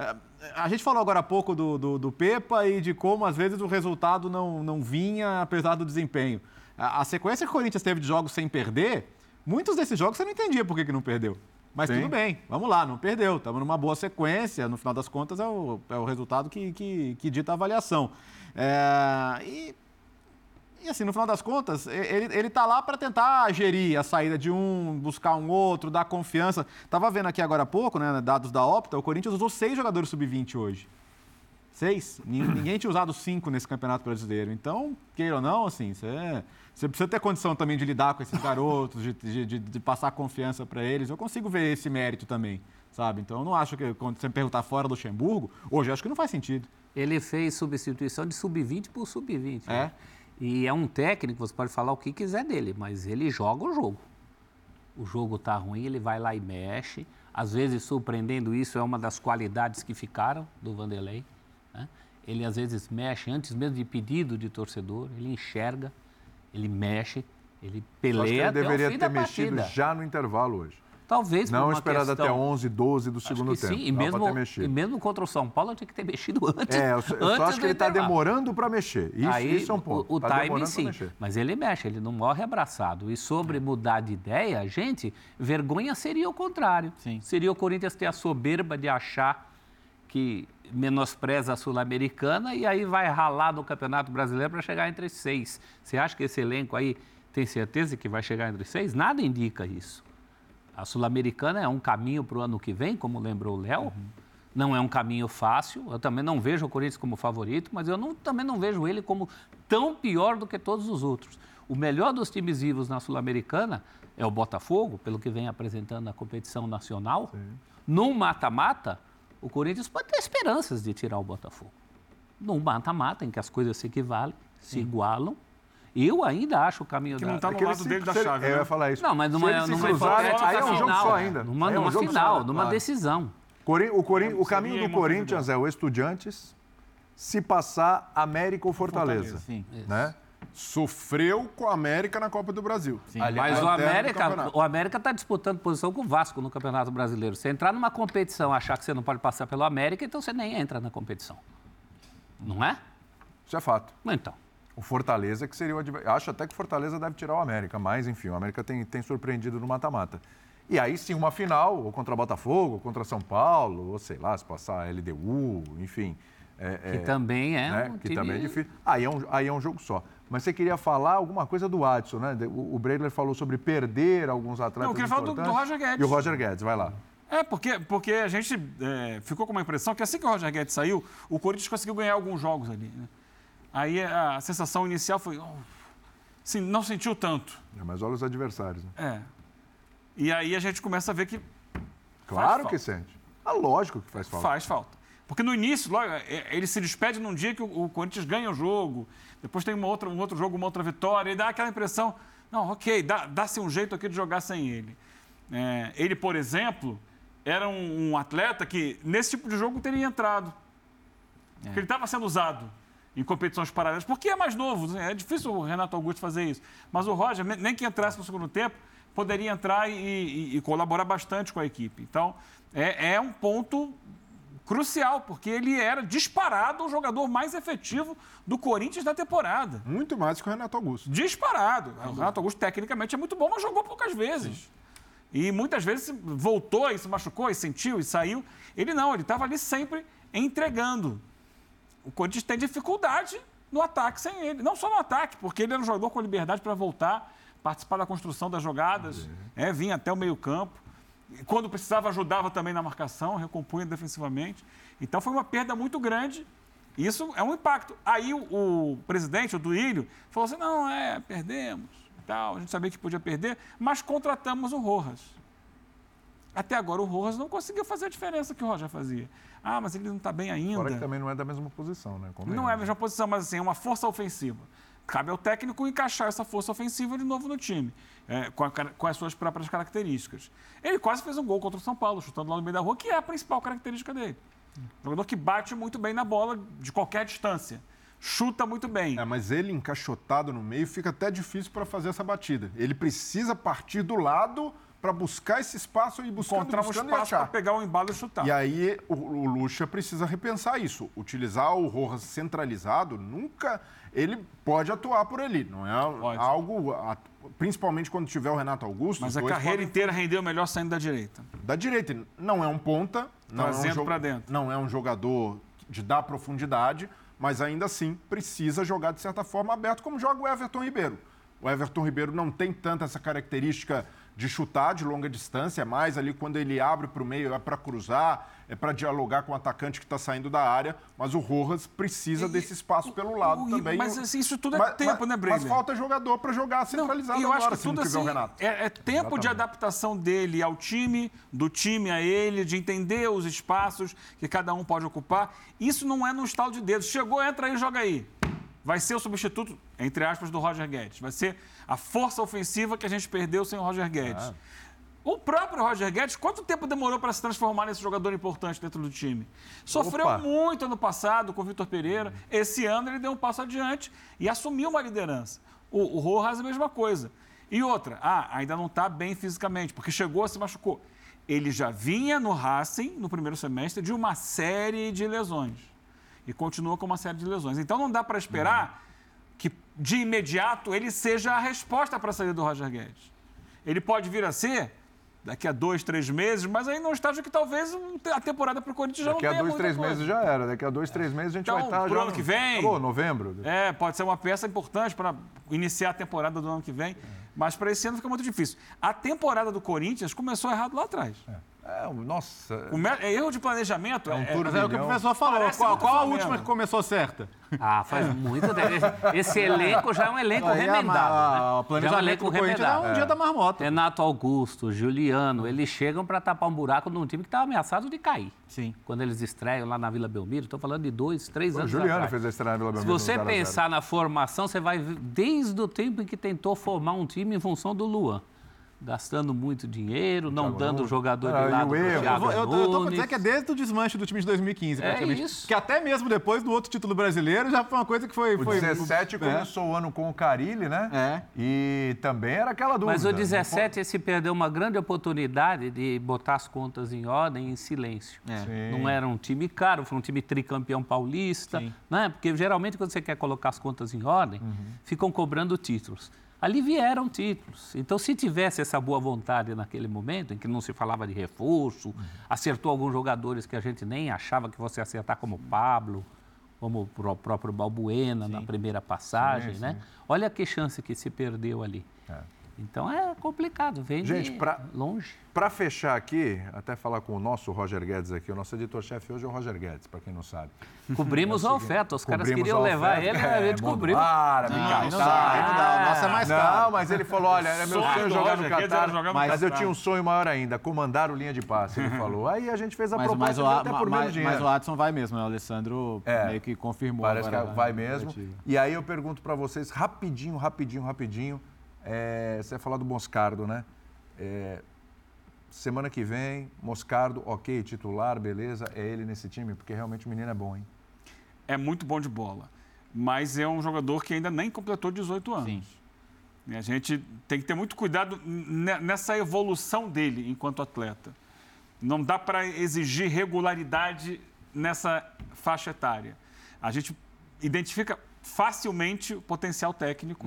A gente falou agora há pouco do, do, do Pepa e de como, às vezes, o resultado não, não vinha, apesar do desempenho. A, a sequência que o Corinthians teve de jogos sem perder, muitos desses jogos você não entendia por que, que não perdeu. Mas Sim. tudo bem, vamos lá, não perdeu. Estamos numa boa sequência, no final das contas é o, é o resultado que, que, que dita a avaliação. É, e, e assim, no final das contas, ele está lá para tentar gerir a saída de um, buscar um outro, dar confiança. Estava vendo aqui agora há pouco, né, dados da Opta, o Corinthians usou seis jogadores sub vinte hoje. Seis? Ninguém tinha usado cinco nesse Campeonato Brasileiro. Então, queira ou não, assim, você, você precisa ter condição também de lidar com esses garotos, de, de, de, de passar confiança para eles. Eu consigo ver esse mérito também, sabe? Então, eu não acho que, quando você me perguntar fora do Luxemburgo, hoje eu acho que não faz sentido. Ele fez substituição de sub vinte por sub vinte. É? Né? E é um técnico, você pode falar o que quiser dele, mas ele joga o jogo. O jogo tá ruim, ele vai lá e mexe. Às vezes, surpreendendo isso, é uma das qualidades que ficaram do Vanderlei. Né? Ele, às vezes, mexe antes mesmo de pedido de torcedor, ele enxerga, ele mexe, ele peleia ele até deveria o fim ter da mexido partida. Já no intervalo hoje. Talvez não por uma esperado questão... até onze, doze do acho segundo que tempo. Sim, e mesmo, e mesmo contra o São Paulo, eu tinha que ter mexido antes. É, eu só, eu só acho que ele está demorando para mexer. Isso, Aí, isso é um ponto. O, o tá time, sim. Mas ele mexe, ele não morre abraçado. E sobre mudar de ideia, gente, vergonha seria o contrário. Sim. Seria o Corinthians ter a soberba de achar que menospreza a Sul-Americana e aí vai ralar no Campeonato Brasileiro para chegar entre seis. Você acha que esse elenco aí tem certeza que vai chegar entre seis? Nada indica isso. A Sul-Americana é um caminho para o ano que vem, como lembrou o Léo. Uhum. Não é um caminho fácil. Eu também não vejo o Corinthians como favorito, mas eu não, também não vejo ele como tão pior do que todos os outros. O melhor dos times vivos na Sul-Americana é o Botafogo, pelo que vem apresentando na competição nacional. Sim. Num mata-mata, o Corinthians pode ter esperanças de tirar o Botafogo. Num mata-mata, em que as coisas se equivalem, se igualam, eu ainda acho o caminho que da... não está no lado dele da chave, Eu né? ia falar isso. Não, mas numa, numa hipotética aí é um jogo só ainda. Numa, é um numa jogo final, só, numa claro. decisão. Corin... O, Corin... o caminho do Corinthians é o Estudiantes se passar América ou Fortaleza. Fortaleza, sim. Né? Sofreu com a América na Copa do Brasil. Sim. Mas o América o América está disputando posição com o Vasco no Campeonato Brasileiro. Se entrar numa competição e achar que você não pode passar pelo América, então você nem entra na competição. Não é? Isso é fato. Então. O Fortaleza que seria o adversário. Acho até que o Fortaleza deve tirar o América, mas enfim, o América tem, tem surpreendido no mata-mata. E aí sim, uma final, ou contra Botafogo, ou contra São Paulo, ou sei lá, se passar a L D U, enfim. É, que é, também é né? um Que time... também é difícil. Aí é, um, aí é um jogo só. Mas você queria falar alguma coisa do Adson, né? O, o Breidler falou sobre perder alguns atletas. Não, eu queria falar do, do Roger Guedes. E o Roger Guedes, vai lá. É, porque, porque a gente é, ficou com uma impressão que assim que o Roger Guedes saiu, o Corinthians conseguiu ganhar alguns jogos ali, né? Aí a sensação inicial foi... Oh, assim, não sentiu tanto. É, mas olha os adversários, né? É. E aí a gente começa a ver que... Claro que sente. Ah, lógico que faz falta. Faz falta. Porque no início, logo, ele se despede num dia que o Corinthians ganha o jogo, depois tem uma outra, um outro jogo, uma outra vitória, e dá aquela impressão, não, ok, dá, dá-se um jeito aqui de jogar sem ele. É, ele, por exemplo, era um, um atleta que nesse tipo de jogo teria entrado. É. Porque ele estava sendo usado em competições paralelas, porque é mais novo, é difícil o Renato Augusto fazer isso. Mas o Roger, nem que entrasse no segundo tempo, poderia entrar e, e, e colaborar bastante com a equipe. Então, é, é um ponto crucial, porque ele era disparado o jogador mais efetivo do Corinthians da temporada. Muito mais que o Renato Augusto. Disparado. O Renato Augusto, tecnicamente, é muito bom, mas jogou poucas vezes. Sim. E muitas vezes voltou e se machucou, e sentiu, e saiu. Ele não, ele estava ali sempre entregando. O Corinthians tem dificuldade no ataque sem ele. Não só no ataque, porque ele era um jogador com liberdade para voltar, participar da construção das jogadas, é, vinha até o meio-campo. Quando precisava, ajudava também na marcação, recompunha defensivamente. Então, foi uma perda muito grande. Isso é um impacto. Aí, o, o presidente, o Duílio, falou assim, não, é, perdemos, tal, a gente sabia que podia perder, mas contratamos o Rojas. Até agora, o Rojas não conseguiu fazer a diferença que o Roger fazia. Ah, mas ele não está bem ainda. Fora que também não é da mesma posição, né? Como não é a mesma posição, mas assim, é uma força ofensiva. Cabe ao técnico encaixar essa força ofensiva de novo no time, é, com, a, com as suas próprias características. Ele quase fez um gol contra o São Paulo, chutando lá no meio da rua, que é a principal característica dele. Um jogador que bate muito bem na bola de qualquer distância. Chuta muito bem. É, mas ele encaixotado no meio fica até difícil para fazer essa batida. Ele precisa partir do lado para buscar esse espaço e buscando, encontrar um buscando espaço para pegar o embalo e chutar. E aí o, o Lucha precisa repensar isso. Utilizar o Rojas centralizado nunca... Ele pode atuar por ali, não é pode. algo... Principalmente quando tiver o Renato Augusto... Mas a carreira podem... inteira rendeu melhor saindo da direita. Da direita. Não é um ponta. Não Trazendo é um jo... para dentro. Não é um jogador de dar profundidade, mas ainda assim precisa jogar de certa forma aberto, como joga o Everton Ribeiro. O Everton Ribeiro não tem tanta essa característica de chutar de longa distância, é mais ali quando ele abre para o meio, é para cruzar, é para dialogar com o atacante que está saindo da área, mas o Rojas precisa e, desse espaço pelo lado o, também. Mas assim, isso tudo é mas, tempo, mas, né, Breiner? Mas falta jogador para jogar centralizado não, eu agora, acho que se tudo não tiver assim, o Renato. É, é tempo Exatamente. de adaptação dele ao time, do time a ele, de entender os espaços que cada um pode ocupar. Isso não é no estalo de dedos. Chegou, entra aí e joga aí. Vai ser o substituto, entre aspas, do Roger Guedes. Vai ser a força ofensiva que a gente perdeu sem o Roger Guedes. Ah. O próprio Roger Guedes, quanto tempo demorou para se transformar nesse jogador importante dentro do time? Sofreu Opa. muito ano passado com o Vitor Pereira. Hum. Esse ano ele deu um passo adiante e assumiu uma liderança. O, o Rojas a mesma coisa. E outra, ah, ainda não está bem fisicamente, porque chegou, se machucou. Ele já vinha no Racing, no primeiro semestre, de uma série de lesões. E continua com uma série de lesões. Então não dá para esperar hum. que, de imediato, ele seja a resposta para a saída do Roger Guedes. Ele pode vir a ser daqui a dois, três meses, mas aí num estágio que talvez a temporada para o Corinthians já daqui não tenha muita coisa. Daqui a dois, três meses já era. Daqui a dois, três meses a gente então, vai estar pro já ano no... que vem... Acabou, novembro. É, pode ser uma peça importante para iniciar a temporada do ano que vem, é. mas para esse ano fica muito difícil. A temporada do Corinthians começou errado lá atrás. É. É, nossa... É erro de planejamento. É um é, mas é o que o professor falou. Qual, qual a última que começou certa? Ah, faz muito tempo. Esse elenco já é um elenco Aí a- remendado. a- né? o planejamento Já é um elenco do Corinthians remendado. é um dia da marmota. Renato Augusto, Juliano, eles chegam para tapar um buraco num time que estava ameaçado de cair. Sim. Quando eles estreiam lá na Vila Belmiro, estou falando de dois, três O anos Juliano atrás. fez a estreia na Vila Se Belmiro. você pensar na formação, você vai ver desde o tempo em que tentou formar um time em função do Luan. Gastando muito dinheiro, não Thiago dando o Nunes. jogador Ah, de e lado o pro erro. Eu, Thiago vou- eu, eu tô pra Nunes. dizer que é desde o desmanche do time de dois mil e quinze, É praticamente. isso. Que até mesmo depois do outro título brasileiro já foi uma coisa que foi... O foi dezessete é. começou o ano com o Carille, né? É. E também era aquela dúvida. Mas o dezessete, esse perdeu uma grande oportunidade de botar as contas em ordem em silêncio. É. Sim. Não era um time caro, foi um time tricampeão paulista, Sim. né? Porque geralmente quando você quer colocar as contas em ordem, ficam cobrando títulos. Ali vieram títulos. Então, se tivesse essa boa vontade naquele momento, em que não se falava de reforço, acertou alguns jogadores que a gente nem achava que fosse acertar, como o Pablo, como o pró- próprio Balbuena na primeira passagem, Sim, né? sim. Olha que chance que se perdeu ali. É. Então, é complicado, vem Gente, de pra- longe. Para fechar aqui, até falar com o nosso Roger Guedes aqui, o nosso editor-chefe hoje é o Roger Guedes, para quem não sabe. Cobrimos a oferta, os caras Cobrimos queriam a levar oferta. ele, a gente É, cobriu. Para, Não, Micai, aí não tá. dá, aí não dá. O nosso é mais caro. Não, mas ele falou, olha, é meu Sonho sonho do jogar Roger no Guedes Catar, era jogar no mas eu Catar. tinha um sonho maior ainda, comandar o linha de passe, ele falou. Aí a gente fez a Mas, mas, proposta o, de A- até por menos mas, dinheiro. mas o Adson vai mesmo, né? O Alessandro É. meio que confirmou. Parece que agora vai na mesmo. coletiva. E aí eu pergunto para vocês, rapidinho, rapidinho, rapidinho, é, você vai falar do Moscardo, né? É, semana que vem, Moscardo, ok, titular, beleza, é ele nesse time, porque realmente o menino é bom, hein? É muito bom de bola. Mas é um jogador que ainda nem completou dezoito anos. Sim. E a gente tem que ter muito cuidado ne- nessa evolução dele enquanto atleta. Não dá para exigir regularidade nessa faixa etária. A gente identifica facilmente o potencial técnico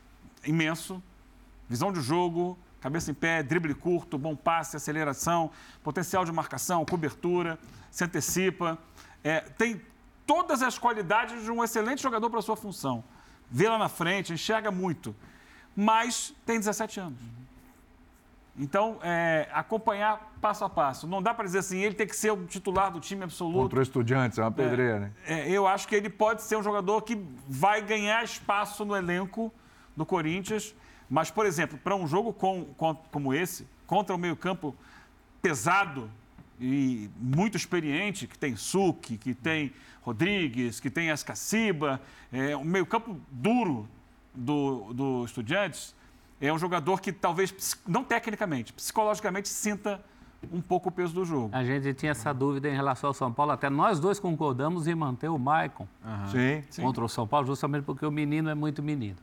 imenso, visão de jogo, cabeça em pé, drible curto, bom passe, aceleração, potencial de marcação, cobertura, se antecipa. É, tem todas as qualidades de um excelente jogador para a sua função. Vê lá na frente, enxerga muito, mas tem dezessete anos. Então, é, acompanhar passo a passo. Não dá para dizer assim, ele tem que ser o titular do time absoluto. Contra o Estudiantes, é uma pedreira, né? É, eu acho que ele pode ser um jogador que vai ganhar espaço no elenco do Corinthians, mas, por exemplo, para um jogo com, com- como esse, contra o meio-campo pesado e muito experiente, que tem Suki, que tem Rodrigues, que tem Ascaciba, é, um meio-campo duro do, do Estudiantes, é um jogador que talvez, ps- não tecnicamente, psicologicamente, sinta um pouco o peso do jogo. A gente tinha essa dúvida em relação ao São Paulo, até nós dois concordamos em manter o Maicon Sim. contra o São Paulo, justamente porque o menino é muito menino.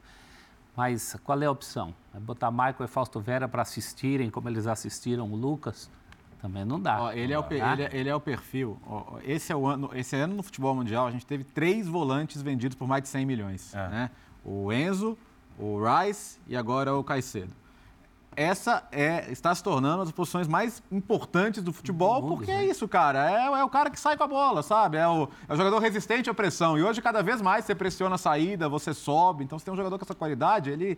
Mas qual é a opção? É botar Maicon e Fausto Vera para assistirem, como eles assistiram o Lucas? Também não dá. Ó, ele, é o, pe- Tá? ele, é, ele é o perfil. Ó, ó, esse, é o ano, esse ano no futebol mundial, a gente teve três volantes vendidos por mais de cem milhões. É. Né? O Enzo, o Rice e agora o Caicedo. Essa é, está se tornando uma das posições mais importantes do futebol, Do mundo, porque né? é isso, cara. É, é o cara que sai com a bola, sabe? É o, é o jogador resistente à pressão. E hoje, cada vez mais, você pressiona a saída, você sobe. Então, se tem um jogador com essa qualidade, ele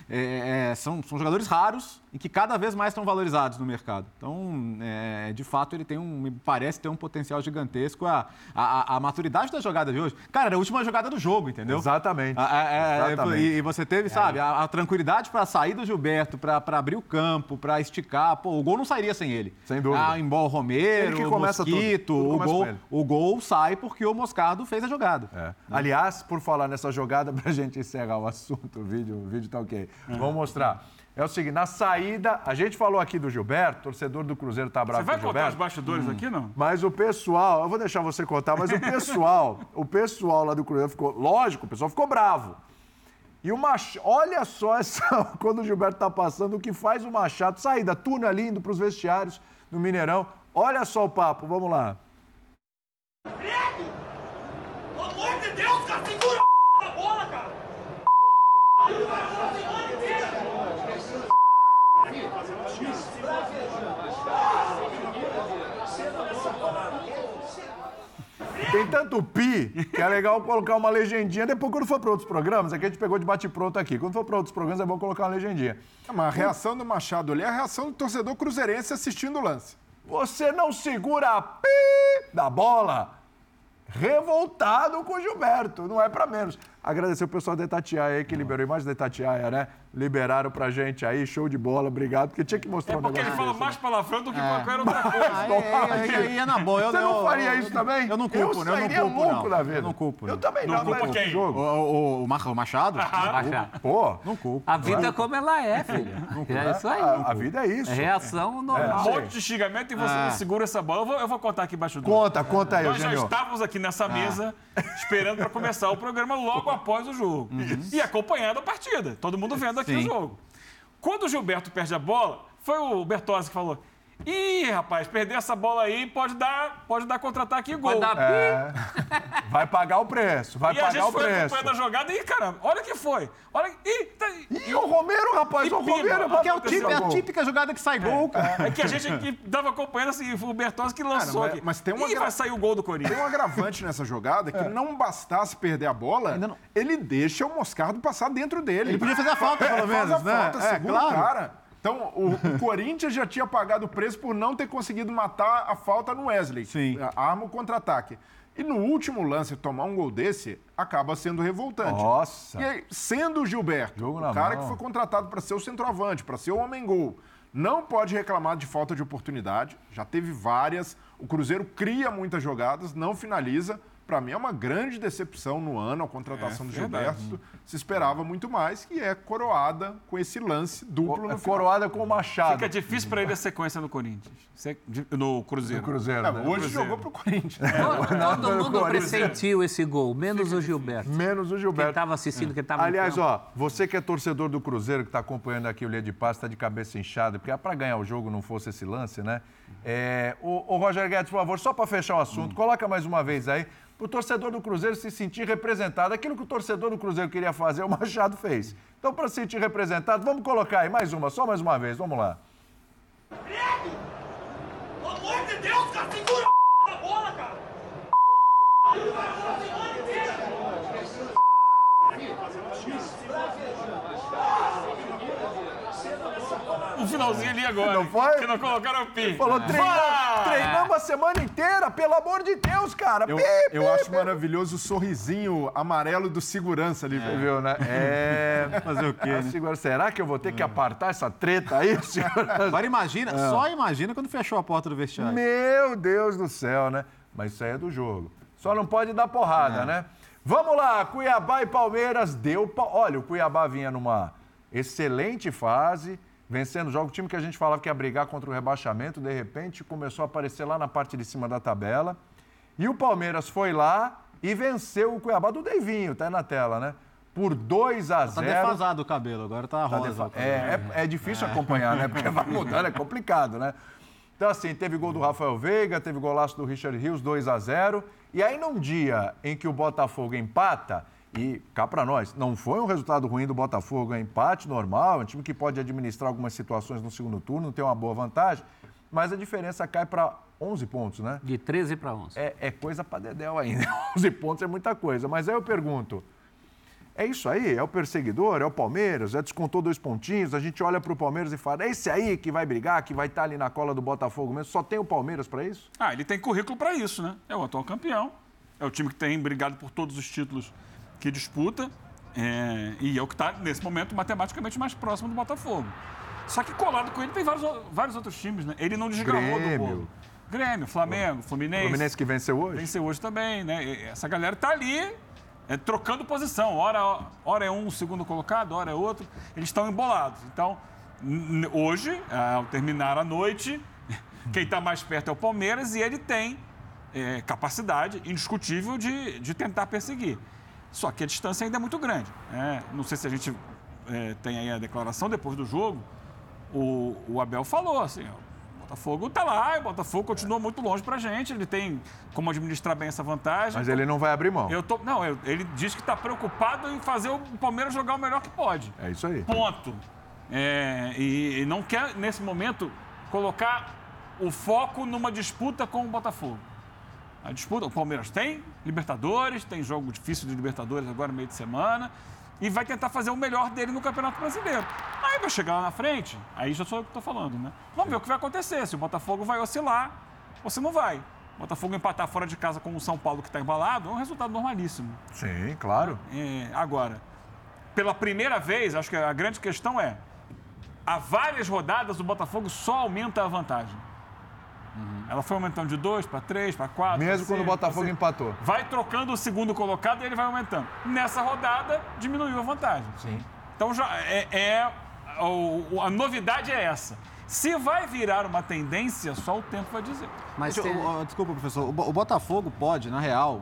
é, é, são, são jogadores raros e que cada vez mais estão valorizados no mercado. Então, é, de fato, ele tem um, me parece ter um potencial gigantesco. A, a, a maturidade da jogada de hoje. Cara, era a última jogada do jogo, entendeu? Exatamente. Ah, é, é, Exatamente. E, e você teve, sabe, a, a tranquilidade para sair do Gilberto, para abrir o campo, para esticar. Pô, o gol não sairia sem ele. Sem dúvida. Ah, embora o Romero, Ele que o começa tudo. Mosquito, Tudo o, começa gol, com ele. o gol sai porque o Moscardo fez a jogada. É. Aliás, por falar nessa jogada, pra gente encerrar o assunto, o vídeo, o vídeo tá ok. Vamos mostrar. É o seguinte, na saída, a gente falou aqui do Gilberto, torcedor do Cruzeiro tá bravo Você vai com o contar os Gilberto. bastidores aqui, não? Mas o pessoal, eu vou deixar você contar, mas o pessoal, o pessoal lá do Cruzeiro ficou, lógico, o pessoal ficou bravo. E o Machado, olha só essa, quando o Gilberto tá passando, o que faz o Machado, saída, túnel ali, indo pros vestiários no Mineirão. Olha só o papo, vamos lá. Pelo amor de Deus, cara, segura a bola, cara! Tem tanto pi que é legal colocar uma legendinha. Depois, quando for para outros programas, aqui a gente pegou de bate-pronto aqui. Quando for para outros programas, é bom colocar uma legendinha. Mas a reação do Machado ali é a reação do torcedor cruzeirense assistindo o lance. você não segura a pi da bola. Revoltado com o Gilberto, não é pra menos. Agradecer o pessoal da Itatiaia aí, que liberou imagem da Itatiaia, né? Liberaram pra gente aí, show de bola, obrigado, porque tinha que mostrar é um negócio porque ele fala desse, mais né? palavrão do que é. qualquer outra coisa. Aí, aí é na boa. Eu, Você não eu, faria eu, isso também? Eu não culpo, eu né? Eu sairia não culpo, louco não. da vida. Eu não culpo, Eu não. também não. não, Não culpa mas quem? jogo. O, o, o Machado? Machado. Pô, Não culpo. A vida é como ela é, filho. É isso aí. a, a vida é isso. É reação Um normal. monte de xingamento e você Ah. não segura essa bola. Eu vou, eu vou contar aqui embaixo do... Conta, conta aí, Nós já Eugênio. estávamos aqui nessa mesa esperando para começar o programa logo após o jogo. E acompanhando a partida. Todo mundo vendo aqui Sim. o jogo. Quando o Gilberto perde a bola, foi o Bertozzi que falou: ih, rapaz, perder essa bola aí pode dar, pode dar contra-ataque e gol. Pode dar É, vai pagar o preço, vai E a pagar gente o foi preço. acompanhando a jogada e, caramba, olha o que foi. Olha, ih, tá, E o Romero, rapaz, E o pimba, Romero porque Que é, o aconteceu típico, é a gol. típica jogada que sai gol, cara. é que a gente aqui estava acompanhando assim, foi o Bertozzi que lançou Cara, mas- aqui. mas tem uma Ih, gra- vai sair o gol do Corinthians. Tem um agravante nessa jogada que não bastasse perder a bola, Ainda não. ele deixa o Moscardo passar dentro dele. Ele podia fazer a falta, pelo É, menos, faz a né? falta, É, segura claro. o cara. Então, o, o Corinthians já tinha pagado o preço por não ter conseguido matar a falta no Wesley. Sim. Arma o contra-ataque. E no último lance, tomar um gol desse acaba sendo revoltante. Nossa. E aí, sendo o Gilberto, Jogo na o cara mão. que foi contratado para ser o centroavante, para ser o homem-gol, não pode reclamar de falta de oportunidade. Já teve várias. O Cruzeiro cria muitas jogadas, não finaliza. Para mim é uma grande decepção no ano a contratação É, do verdade. Gilberto. Se esperava muito mais e é coroada com esse lance duplo no É final. coroada com o Machado. Fica difícil para ele a sequência no Corinthians. Se- de- No Cruzeiro. No Cruzeiro, É, né? hoje jogou pro Corinthians. Todo no mundo Corinthians. pressentiu esse gol, menos o Gilberto. Menos o Quem Gilberto. estava assistindo, quem estava Aliás, ó, você que é torcedor do Cruzeiro, que está acompanhando aqui o Linha de Passe, está de cabeça inchada, porque para ganhar o jogo não fosse esse lance, né? É, o, o Roger Guedes, por favor, só para fechar o assunto, coloca mais uma vez aí, para o torcedor do Cruzeiro se sentir representado. Aquilo que o torcedor do Cruzeiro queria fazer, o Machado fez. Então, para se sentir representado, vamos colocar aí mais uma, só mais uma vez, vamos lá. Credo! Pelo amor de Deus, cara, segura a da bola, cara! Um finalzinho ali agora. Não foi? Que não colocaram o pi. Falou, treina, Vai! treinamos a semana inteira, pelo amor de Deus, cara. Eu, Pi, eu pi, acho pi. maravilhoso o sorrisinho amarelo do segurança ali. Você viu, né? É... Fazer o quê, Ah, né? senhora, será que eu vou ter que apartar essa treta aí, senhora? Agora imagina, só imagina quando fechou a porta do vestiário. Meu Deus do céu, né? Mas isso aí é do jogo. Só não pode dar porrada, né? Vamos lá, Cuiabá e Palmeiras deu... pa- Olha, o Cuiabá vinha numa excelente fase, vencendo o jogo. O time que a gente falava que ia brigar contra o rebaixamento, de repente começou a aparecer lá na parte de cima da tabela. E o Palmeiras foi lá e venceu o Cuiabá do Deivinho, tá aí na tela, né? Por dois a Tá zero. defasado o cabelo, agora tá Tá rosa. defa- o cabelo. É, é, é difícil acompanhar, né? Porque vai mudando, é complicado, né? Então, assim, teve gol do Rafael Veiga, teve golaço do Richard Rios, dois a zero. E aí, num dia em que o Botafogo empata, e cá pra nós, não foi um resultado ruim do Botafogo, é empate normal, é um time que pode administrar algumas situações no segundo turno, tem uma boa vantagem, mas a diferença cai para onze pontos, né? De treze para onze. É, é coisa pra dedéu ainda. onze pontos é muita coisa. Mas aí eu pergunto, é isso aí? É o perseguidor? É o Palmeiras? Já descontou dois pontinhos? A gente olha pro Palmeiras e fala, é esse aí que vai brigar, que vai estar ali na cola do Botafogo mesmo? Só tem o Palmeiras pra isso? Ah, ele tem currículo para isso, né? É o atual campeão. É o time que tem brigado por todos os títulos que disputa. é, E é o que está, nesse momento, matematicamente mais próximo do Botafogo. Só que colado com ele tem vários, o- vários outros times, né? Ele não desgarrou Grêmio. do bolo. Grêmio, Flamengo, O Fluminense. Fluminense que venceu hoje? Venceu hoje também, né? E essa galera tá ali é, trocando posição. Hora, hora é um, o segundo colocado, hora é outro. Eles estão embolados. Então, n- hoje, ao terminar a noite, quem está mais perto é o Palmeiras e ele tem é, capacidade indiscutível de, de tentar perseguir. Só que a distância ainda é muito grande. né? Não sei se a gente é, tem aí a declaração depois do jogo. O, o Abel falou assim, ó, o Botafogo está lá, o Botafogo continua muito longe para a gente, ele tem como administrar bem essa vantagem. Mas ele não vai abrir mão. Eu tô, não, eu- ele diz que está preocupado em fazer o Palmeiras jogar o melhor que pode. É isso aí. Ponto. É, e, e não quer, nesse momento, colocar o foco numa disputa com o Botafogo. A disputa, o Palmeiras tem Libertadores, tem jogo difícil de Libertadores agora no meio de semana. e vai tentar fazer o melhor dele no Campeonato Brasileiro. Aí vai chegar lá na frente, aí já sou eu que estou falando, né? Vamos ver o que vai acontecer, se o Botafogo vai oscilar ou se não vai. O Botafogo empatar fora de casa com o São Paulo, que está embalado, é um resultado normalíssimo. Sim, claro. É, agora, pela primeira vez, acho que a grande questão é, há várias rodadas o Botafogo só aumenta a vantagem. Uhum. Ela foi aumentando de dois para três, para quatro. Mesmo quando o Botafogo empatou. Vai trocando o segundo colocado e ele vai aumentando. Nessa rodada, diminuiu a vantagem. Sim. Então, já é, é, a, a novidade é essa. Se vai virar uma tendência, só o tempo vai dizer. Mas tem... Desculpa, professor. O Botafogo pode, na real,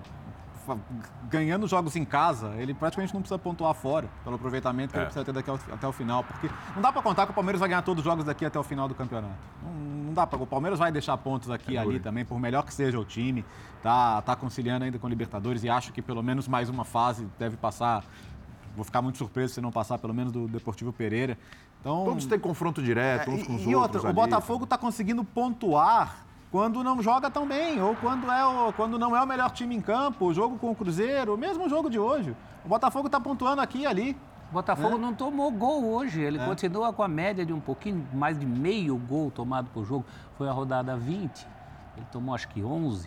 ganhando jogos em casa, ele praticamente não precisa pontuar fora, pelo aproveitamento que é. ele precisa ter daqui ao, até o final. Porque não dá para contar que o Palmeiras vai ganhar todos os jogos daqui até o final do campeonato. Não, não dá para. O Palmeiras vai deixar pontos aqui e é ali também, por melhor que seja o time. Tá, tá conciliando ainda com o Libertadores e acho que pelo menos mais uma fase deve passar. Vou ficar muito surpreso se não passar pelo menos do Deportivo Pereira. Então, todos têm confronto direto, uns com os e outros. Outra, o Botafogo está conseguindo pontuar quando não joga tão bem, ou quando, é o, quando não é o melhor time em campo, o jogo com o Cruzeiro, o mesmo jogo de hoje. O Botafogo está pontuando aqui e ali. O Botafogo é. não tomou gol hoje, ele é. continua com a média de um pouquinho mais de meio gol tomado por jogo. Foi a rodada vinte, ele tomou acho que onze.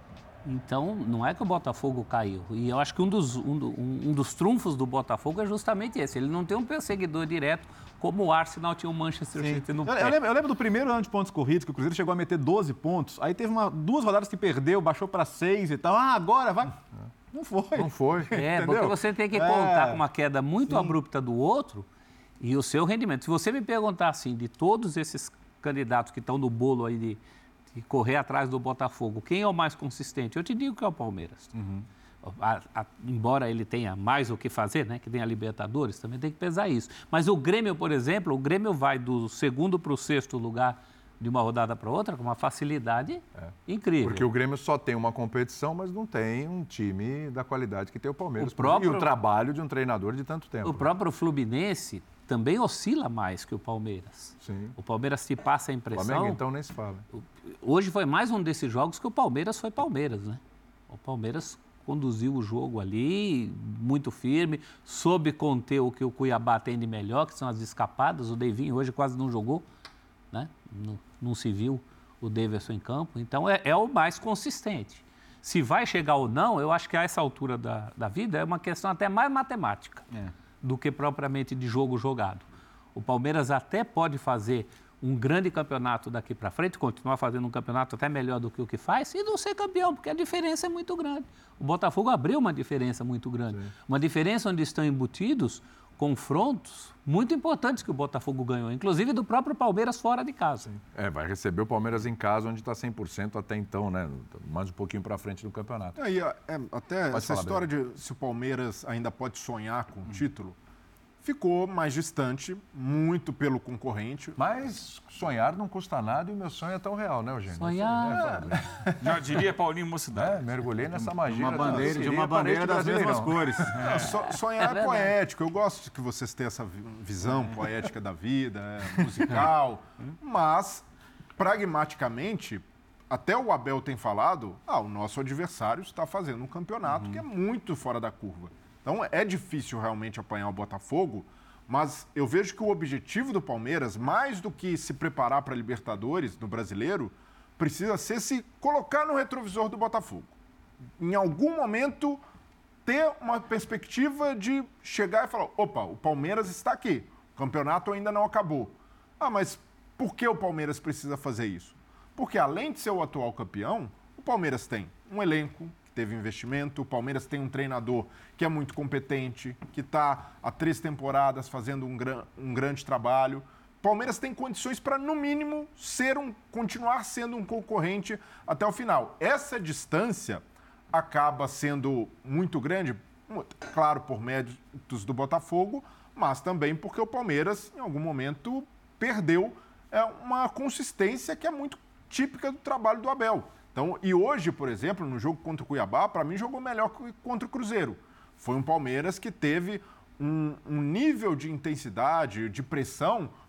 Então, não é que o Botafogo caiu. E eu acho que um dos, um, um dos trunfos do Botafogo é justamente esse. Ele não tem um perseguidor direto, como o Arsenal tinha o Manchester Sim. City no eu, pé. Eu lembro, eu lembro do primeiro ano de pontos corridos, que o Cruzeiro chegou a meter doze pontos. Aí teve uma, duas rodadas que perdeu, baixou para seis e tal. Ah, agora vai... Não foi. Não foi. É, porque você tem que contar é. com uma queda muito Sim. abrupta do outro e o seu rendimento. Se você me perguntar assim, de todos esses candidatos que estão no bolo aí de... e correr atrás do Botafogo, quem é o mais consistente? Eu te digo que é o Palmeiras. Uhum. A, a, embora ele tenha mais o que fazer, né? Que tem a Libertadores, também tem que pesar isso. Mas o Grêmio, por exemplo, o Grêmio vai do segundo para o sexto lugar de uma rodada para outra com uma facilidade é. incrível. Porque o Grêmio só tem uma competição, mas não tem um time da qualidade que tem o Palmeiras. O próprio, e o trabalho de um treinador de tanto tempo. O próprio Fluminense também oscila mais que o Palmeiras. Sim. O Palmeiras te passa a impressão... O Flamengo, então, nem se fala. Hoje foi mais um desses jogos que o Palmeiras foi Palmeiras, né? O Palmeiras conduziu o jogo ali, muito firme, soube conter o que o Cuiabá tem de melhor, que são as escapadas. O Deivinho hoje quase não jogou, né? Não, não se viu o Daverson em campo. Então, é, é o mais consistente. Se vai chegar ou não, eu acho que a essa altura da, da vida é uma questão até mais matemática. É. do que propriamente de jogo jogado. O Palmeiras até pode fazer um grande campeonato daqui para frente, continuar fazendo um campeonato até melhor do que o que faz e não ser campeão, porque a diferença é muito grande. O Botafogo abriu uma diferença muito grande. Sim. Uma diferença onde estão embutidos confrontos muito importantes que o Botafogo ganhou, inclusive do próprio Palmeiras fora de casa. Sim. É, vai receber o Palmeiras em casa, onde está cem por cento até então, né? Mais um pouquinho para frente do campeonato. É, é, até pode essa falar, história Pedro. de se o Palmeiras ainda pode sonhar com o hum. título, ficou mais distante, muito pelo concorrente. Mas sonhar não custa nada e o meu sonho é tão real, né, Eugênio? Sonhar... É, já diria Paulinho Mocidade. É, mergulhei nessa magia. Uma bandeira, de uma bandeira das mesmas cores. É, so, sonhar é, é poético. Eu gosto que vocês tenham essa visão poética da vida, é, musical. Mas, pragmaticamente, até o Abel tem falado, ah, o nosso adversário está fazendo um campeonato uhum. que é muito fora da curva. Então, é difícil realmente apanhar o Botafogo, mas eu vejo que o objetivo do Palmeiras, mais do que se preparar para a Libertadores no Brasileiro, precisa ser se colocar no retrovisor do Botafogo. Em algum momento, ter uma perspectiva de chegar e falar, opa, o Palmeiras está aqui, o campeonato ainda não acabou. Ah, mas por que o Palmeiras precisa fazer isso? Porque, além de ser o atual campeão, o Palmeiras tem um elenco, teve investimento, o Palmeiras tem um treinador que é muito competente, que está há três temporadas fazendo um, gran, um grande trabalho. O Palmeiras tem condições para, no mínimo, ser um, continuar sendo um concorrente até o final. Essa distância acaba sendo muito grande, claro, por méritos do Botafogo, mas também porque o Palmeiras, em algum momento, perdeu é, uma consistência que é muito típica do trabalho do Abel. Então, e hoje, por exemplo, no jogo contra o Cuiabá, para mim jogou melhor que contra o Cruzeiro. Foi um Palmeiras que teve um, um nível de intensidade, de pressão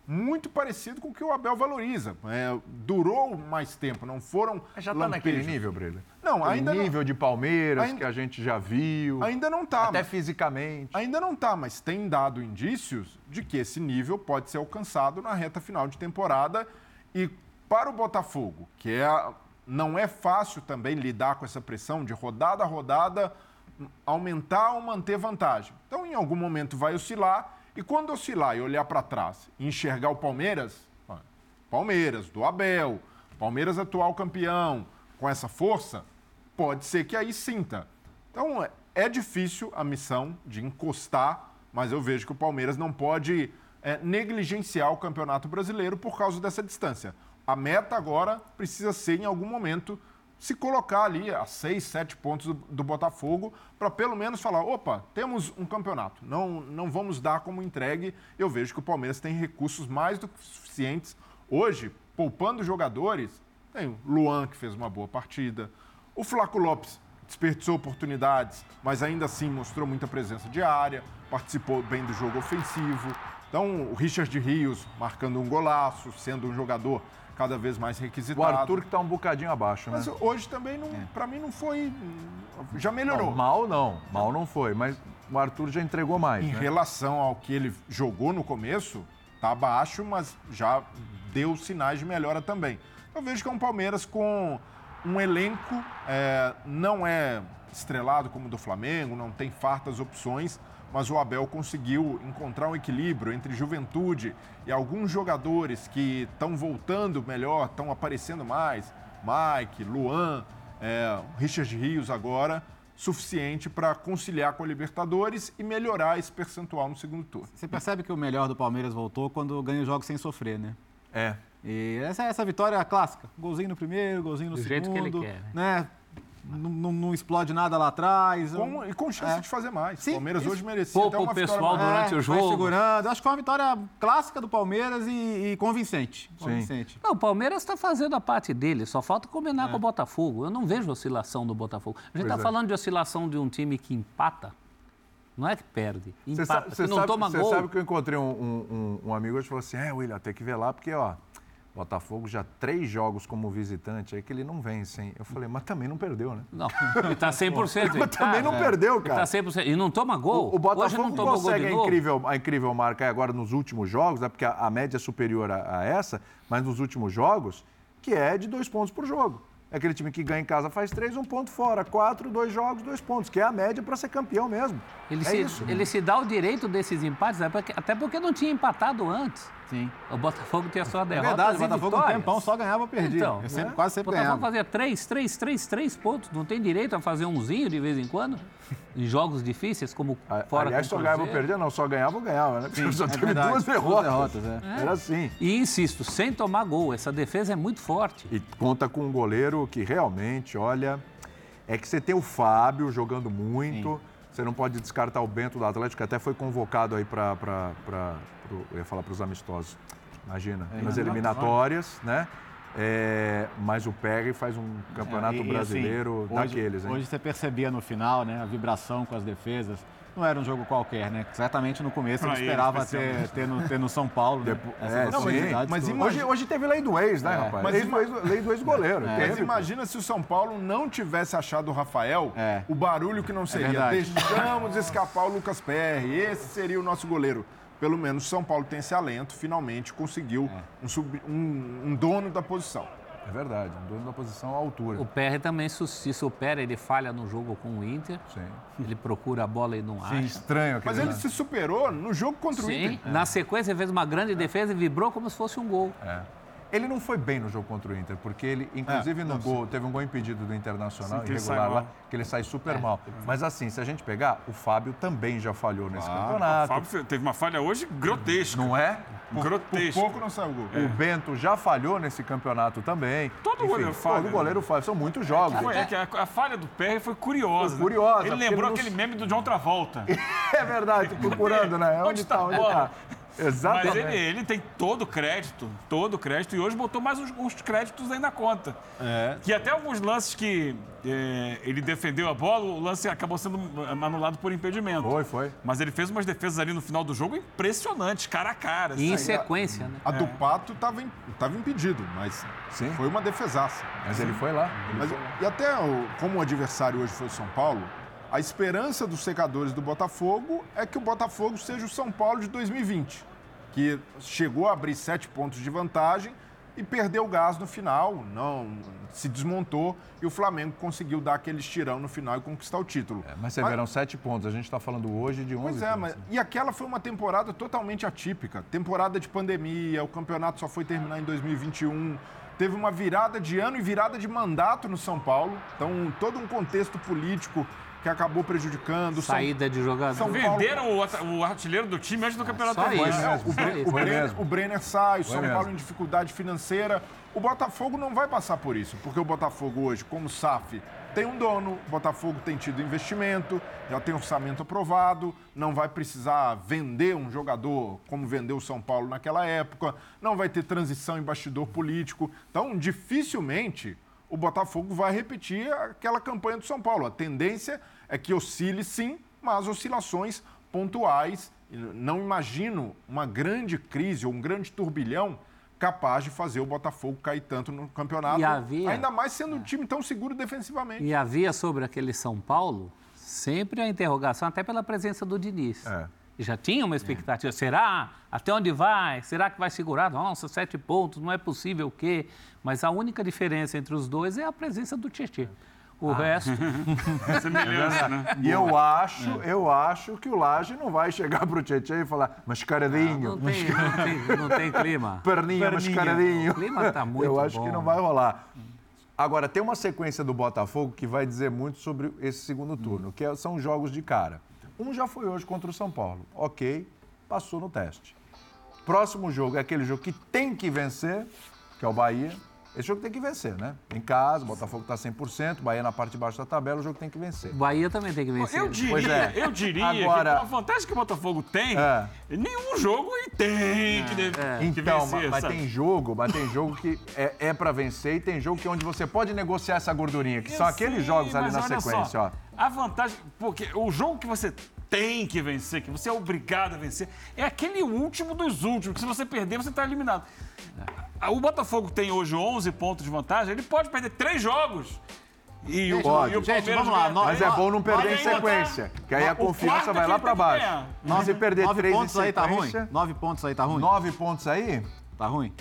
muito parecido com o que o Abel valoriza. É, durou mais tempo, não foram Já está naquele nível, Breda? Não, ainda nível não. de Palmeiras ainda... que a gente já viu. Ainda não está. Até mas... fisicamente. Ainda não está, mas tem dado indícios de que esse nível pode ser alcançado na reta final de temporada. E para o Botafogo, que é, não é fácil também lidar com essa pressão de rodada a rodada, aumentar ou manter vantagem. Então, em algum momento vai oscilar. E quando oscilar e olhar para trás e enxergar o Palmeiras, Palmeiras, do Abel, Palmeiras atual campeão, com essa força, pode ser que aí sinta. Então, é difícil a missão de encostar, mas eu vejo que o Palmeiras não pode é, negligenciar o Campeonato Brasileiro por causa dessa distância. A meta agora precisa ser, em algum momento, se colocar ali a seis, sete pontos do, do Botafogo, para pelo menos falar, opa, temos um campeonato, não, não vamos dar como entregue. Eu vejo que o Palmeiras tem recursos mais do que suficientes. Hoje, poupando jogadores, tem o Luan, que fez uma boa partida, o Flaco Lopes desperdiçou oportunidades, mas ainda assim mostrou muita presença de área, participou bem do jogo ofensivo. Então, o Richard Rios marcando um golaço, sendo um jogador cada vez mais requisitado. O Arthur que está um bocadinho abaixo, né? Mas hoje também, não, é. para mim, não foi... Já melhorou. Não, mal não, mal não foi, mas o Arthur já entregou mais, Em né? relação ao que ele jogou no começo, tá abaixo, mas já deu sinais de melhora também. Eu vejo que é um Palmeiras com um elenco, é, não é estrelado como o do Flamengo, não tem fartas opções, mas o Abel conseguiu encontrar um equilíbrio entre juventude e alguns jogadores que estão voltando melhor, estão aparecendo mais, Mike, Luan, é, Richard Rios agora, suficiente para conciliar com a Libertadores e melhorar esse percentual no segundo turno. Você percebe que o melhor do Palmeiras voltou quando ganha os jogos sem sofrer, né? É. E essa, essa vitória é a clássica. Golzinho no primeiro, golzinho no Do segundo. jeito que ele quer, né? Não, não, não explode nada lá atrás. Com, e com chance É. de fazer mais. O Sim, Palmeiras isso. hoje merecia Poupa até uma o pessoal vitória mais. durante o Vai jogo. segurando. Acho que foi uma vitória clássica do Palmeiras e, e convincente. Convincente. Não, o Palmeiras está fazendo a parte dele, só falta combinar com o Botafogo. Eu não vejo oscilação do Botafogo. A gente está Pois é. falando de oscilação de um time que empata, não é que perde, Você empata, sabe, você que não sabe, toma você gol. sabe que eu encontrei um, um, um, um amigo hoje e falou assim, é, William, tem que ver lá, porque, ó, Botafogo já três jogos como visitante, aí que ele não vence, hein? Eu falei, mas também não perdeu, né? Não, ele está cem por cento. Mas também não perdeu, Ele cara. está cem por cento. E não toma gol. O, o Botafogo Hoje não tomou gol consegue de a novo. incrível, a incrível marca aí agora nos últimos jogos, né? Porque a, a média é superior a, a essa, mas nos últimos jogos, que é de dois pontos por jogo. É aquele time que ganha em casa faz três, um ponto fora. Quatro, dois jogos, dois pontos, que é a média para ser campeão mesmo. Ele, é se, isso. ele se dá o direito desses empates, até porque, até porque não tinha empatado antes. Sim. O Botafogo tinha só É derrotas verdade, o e Botafogo um vitórias. tempão só ganhava ou perdia. Então, Eu sempre, é. quase sempre O Botafogo ganhava. fazia três, três, três, três pontos. Não tem direito a fazer umzinho de vez em quando? Em jogos difíceis, como fora Aliás, com só o ganhava ou Cruzeiro. perdia, não, só ganhava ou ganhava, né? Porque só é teve verdade, duas duas derrotas. derrotas, é. Era assim. E insisto, sem tomar gol. Essa defesa é muito forte. E conta com um goleiro que realmente, olha, é que você tem o Fábio jogando muito, Sim. você não pode descartar o Bento do Atlético, que até foi convocado aí para, eu ia falar para os amistosos, imagina, É, nas não, eliminatórias, né? É, mas o Perry faz um campeonato É, e- e, brasileiro assim, hoje, daqueles, hein? Hoje você percebia no final, né, a vibração com as defesas. Não era um jogo qualquer, né? Certamente no começo Pra ele ele, esperava ter, especialmente. ter, no, ter no São Paulo, né? Depois- essas é, não, mas- possibilidades mas todas. imagina- Hoje, hoje teve lei do ex, né, É, rapaz? mas lei, ima- do ex, lei do ex-goleiro. É. teve, Mas pô. imagina se o São Paulo não tivesse achado o Rafael, É. o barulho que não seria. verdade. Deixamos escapar o Lucas Perry, esse seria o nosso goleiro. Pelo menos o São Paulo tem esse alento, finalmente conseguiu um, sub- um- um dono da posição. É verdade, um dono da posição à altura. O Perry também se supera, ele falha no jogo com o Inter. Sim. Ele procura a bola e não Sim, acha. estranho aquele Mas ele lance. se superou no jogo contra o Sim, Inter. na sequência fez uma grande defesa e vibrou como se fosse um gol. É. Ele não foi bem no jogo contra o Inter, porque ele, inclusive É, no não, gol, teve um gol impedido do Internacional, Sim, que ele irregular sai lá, mal. que ele sai super mal. Mas assim, se a gente pegar, o Fábio também já falhou nesse Ah, O campeonato. Fábio fe- teve uma falha hoje grotesca. Não é? Por grotesca. pouco não saiu o gol. O Bento já falhou nesse campeonato também. Todo goleiro falha, Todo goleiro né? falha. São muitos jogos. Foi- é que a, a falha do Perry foi curiosa. Foi curiosa, Ele porque lembrou ele não- aquele meme do John Travolta. É verdade, procurando, né? Onde Onde está? tá a Onde bola? está? Exatamente. Mas ele, ele tem todo o crédito, todo o crédito, e hoje botou mais uns, uns créditos aí na conta. É. Que até alguns lances que é, ele defendeu a bola, o lance acabou sendo anulado por impedimento. Foi, foi. Mas ele fez umas defesas ali no final do jogo impressionantes, cara a cara. E em assim. sequência, né? A do Pato estava tava impedido, mas Sim. foi uma defesaça. Mas ele foi lá. Mas, e até o- como o adversário hoje foi o São Paulo, a esperança dos secadores do Botafogo é que o Botafogo seja o São Paulo de dois mil e vinte, que chegou a abrir sete pontos de vantagem e perdeu o gás no final, não se desmontou e o Flamengo conseguiu dar aquele estirão no final e conquistar o título. É, mas você verão sete pontos. A gente está falando hoje de onze Pois é, pontos. mas e aquela foi uma temporada totalmente atípica. Temporada de pandemia, o campeonato só foi terminar em dois mil e vinte e um. Teve uma virada de ano e virada de mandato no São Paulo. Então, todo um contexto político que acabou prejudicando. São- Saída de jogador. São Paulo- Venderam o, ata- o artilheiro do time antes do campeonato só terminar. isso. É, o, Bre- Foi o Brenner, mesmo. o Brenner sai, o Foi São mesmo. Paulo em dificuldade financeira. O Botafogo não vai passar por isso, porque o Botafogo hoje, como S A F, tem um dono, o Botafogo tem tido investimento, já tem orçamento aprovado, não vai precisar vender um jogador como vendeu o São Paulo naquela época, não vai ter transição em bastidor político. Então, dificilmente o Botafogo vai repetir aquela campanha do São Paulo. A tendência é que oscile sim, mas oscilações pontuais. Não imagino uma grande crise ou um grande turbilhão capaz de fazer o Botafogo cair tanto no campeonato, E havia- ainda mais sendo um time tão seguro defensivamente. E havia sobre aquele São Paulo sempre a interrogação, até pela presença do Diniz. É. E já tinha uma expectativa. Será? Até onde vai? Será que vai segurar? Nossa, sete pontos, não é possível o quê? Mas a única diferença entre os dois é a presença do Tietê. O resto... Semelhança, né? E eu acho, eu acho que o Laje não vai chegar pro Tietchan e falar mascaradinho, Não tem, não tem, não tem clima. perninha, mascaradinho. O clima tá muito Eu acho bom. que não vai rolar. Agora, tem uma sequência do Botafogo que vai dizer muito sobre esse segundo turno, que é- são jogos de cara. Um já foi hoje contra o São Paulo. Ok, passou no teste. Próximo jogo é aquele jogo que tem que vencer, que é o Bahia. Esse jogo tem que vencer, né? Em casa, o Botafogo está cem por cento, Bahia na parte de baixo da tabela, o jogo tem que vencer. O Bahia também tem que vencer. Eu diria, Pois é. eu diria Agora- que com a vantagem que o Botafogo tem, É. nenhum jogo ele tem que, deve- que Então, vencer, mas, mas sabe? tem jogo, mas tem jogo que é, é para vencer e tem jogo que é onde você pode negociar essa gordurinha, que são Eu aqueles sei, jogos ali mas na olha sequência, só, ó. A vantagem, porque o jogo que você tem que vencer, que você é obrigado a vencer, é aquele último dos últimos, que se você perder, você está eliminado. O Botafogo tem hoje onze pontos de vantagem, ele pode perder três jogos. E o, Pode. e o Gente, Palmeiras vamos lá, ganha nós- Mas três. é bom não perder em Mas aí sequência, que aí a o confiança quarto vai é lá que para tem que baixo. ganhar. Nós se perder Nove três em pontos aí tá ruim? sequência... Nove pontos aí tá ruim? Nove pontos aí? Tá ruim?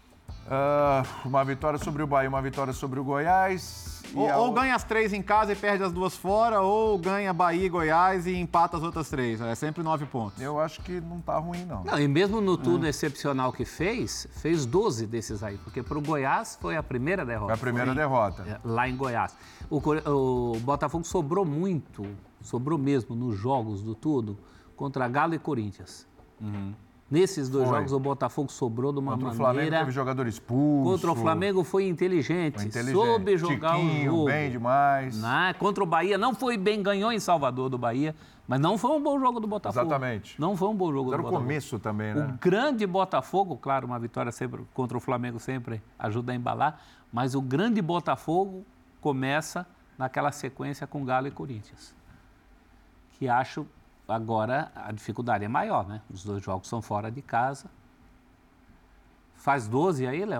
Ah, uma vitória sobre o Bahia, uma vitória sobre o Goiás. e Ou, a ou outra- ganha as três em casa e perde as duas fora, ou ganha Bahia e Goiás e empata as outras três. É sempre nove pontos. Eu acho que não tá ruim, não. Não, e mesmo no turno excepcional que fez, fez doze desses aí, porque para o Goiás foi a primeira derrota. Foi a primeira Foi, derrota. é, lá em Goiás. O, Core- o Botafogo sobrou muito, sobrou mesmo nos jogos do tudo, contra Galo e Corinthians. Nesses dois Foi. jogos, o Botafogo sobrou de uma Contra o Flamengo maneira... teve jogador expulso. Contra o Flamengo foi inteligente, Foi inteligente. soube jogar Tiquinho, o jogo. bem demais. Né? Contra o Bahia, não foi bem, ganhou em Salvador do Bahia, mas não foi um bom jogo do Botafogo. Exatamente. Não foi um bom jogo Era do o Botafogo. começo também, O né? grande Botafogo, claro, uma vitória sempre contra o Flamengo sempre ajuda a embalar, mas o grande Botafogo começa naquela sequência com Galo e Corinthians. Que acho, agora, a dificuldade é maior, né? Os dois jogos são fora de casa. Faz doze aí, Léo?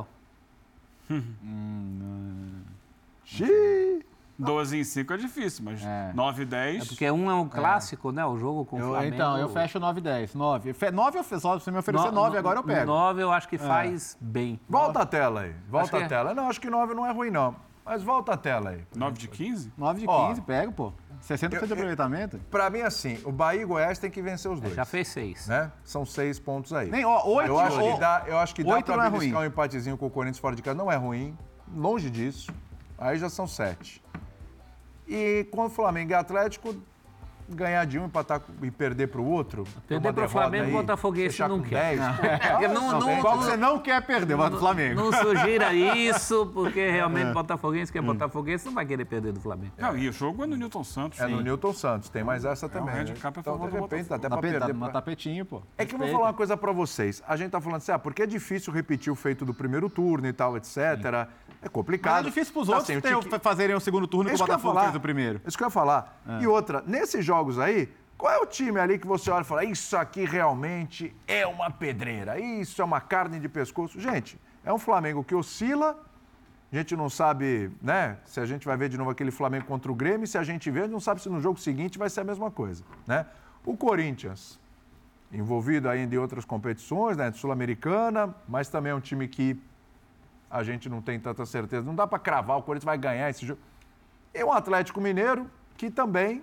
Xiii. doze em cinco é difícil, mas É. nove e dez... É porque um é um clássico, né? O jogo com o Eu- Flamengo. então, eu fecho nove e dez. nove. Fe- nove eu fe- só se você me oferecer nove, agora eu pego. nove eu acho que faz bem. Volta a tela aí. Volta Acho que a é. tela. Não, acho que nove não é ruim, não. Mas volta a tela aí. nove de quinze? nove de Ó. quinze, pego, pô. sessenta por cento de Eu- eu- aproveitamento. Pra mim, assim, o Bahia e Goiás tem que vencer os dois. Já fez seis. Né? São seis pontos aí. Nem, ó, oito. Eu acho ó, que dá, eu acho que dá oito não pra é beliscar um ruim. empatezinho com o Corinthians fora de casa. Não é ruim. Longe disso. Aí já são sete. E com o Flamengo e Atlético, ganhar de um, empatar e perder para o outro. Perder para o Flamengo, o Botafoguense não quer. Não. Não, não, qual que você não quer perder, o do Flamengo. Não sugira isso, porque realmente o Botafoguense, que é Botafoguense, não vai querer perder do Flamengo. Não, e o jogo é no Newton Santos. É no Newton Santos, tem mais essa também. É um né? handicap a Então, favor de do repente, dá até Tapete, para perder. tá, pra... tapetinho, pô. É que eu vou falar uma coisa para vocês. A gente tá falando assim, ah, porque é difícil repetir o feito do primeiro turno e tal, etcétera. Sim. É complicado. Mas é difícil para os tá outros ter, tique... fazerem o segundo turno que o Botafogo fez o primeiro. Isso que eu ia falar. É. E outra, nesses jogos aí, qual é o time ali que você olha e fala, isso aqui realmente é uma pedreira, isso é uma carne de pescoço? Gente, é um Flamengo que oscila, a gente não sabe, né, se a gente vai ver de novo aquele Flamengo contra o Grêmio, se a gente vê, a gente não sabe se no jogo seguinte vai ser a mesma coisa, né? O Corinthians, envolvido ainda em outras competições, né, Sul-Americana, mas também é um time que a gente não tem tanta certeza. Não dá para cravar, o Corinthians vai ganhar esse jogo. E um Atlético Mineiro que também,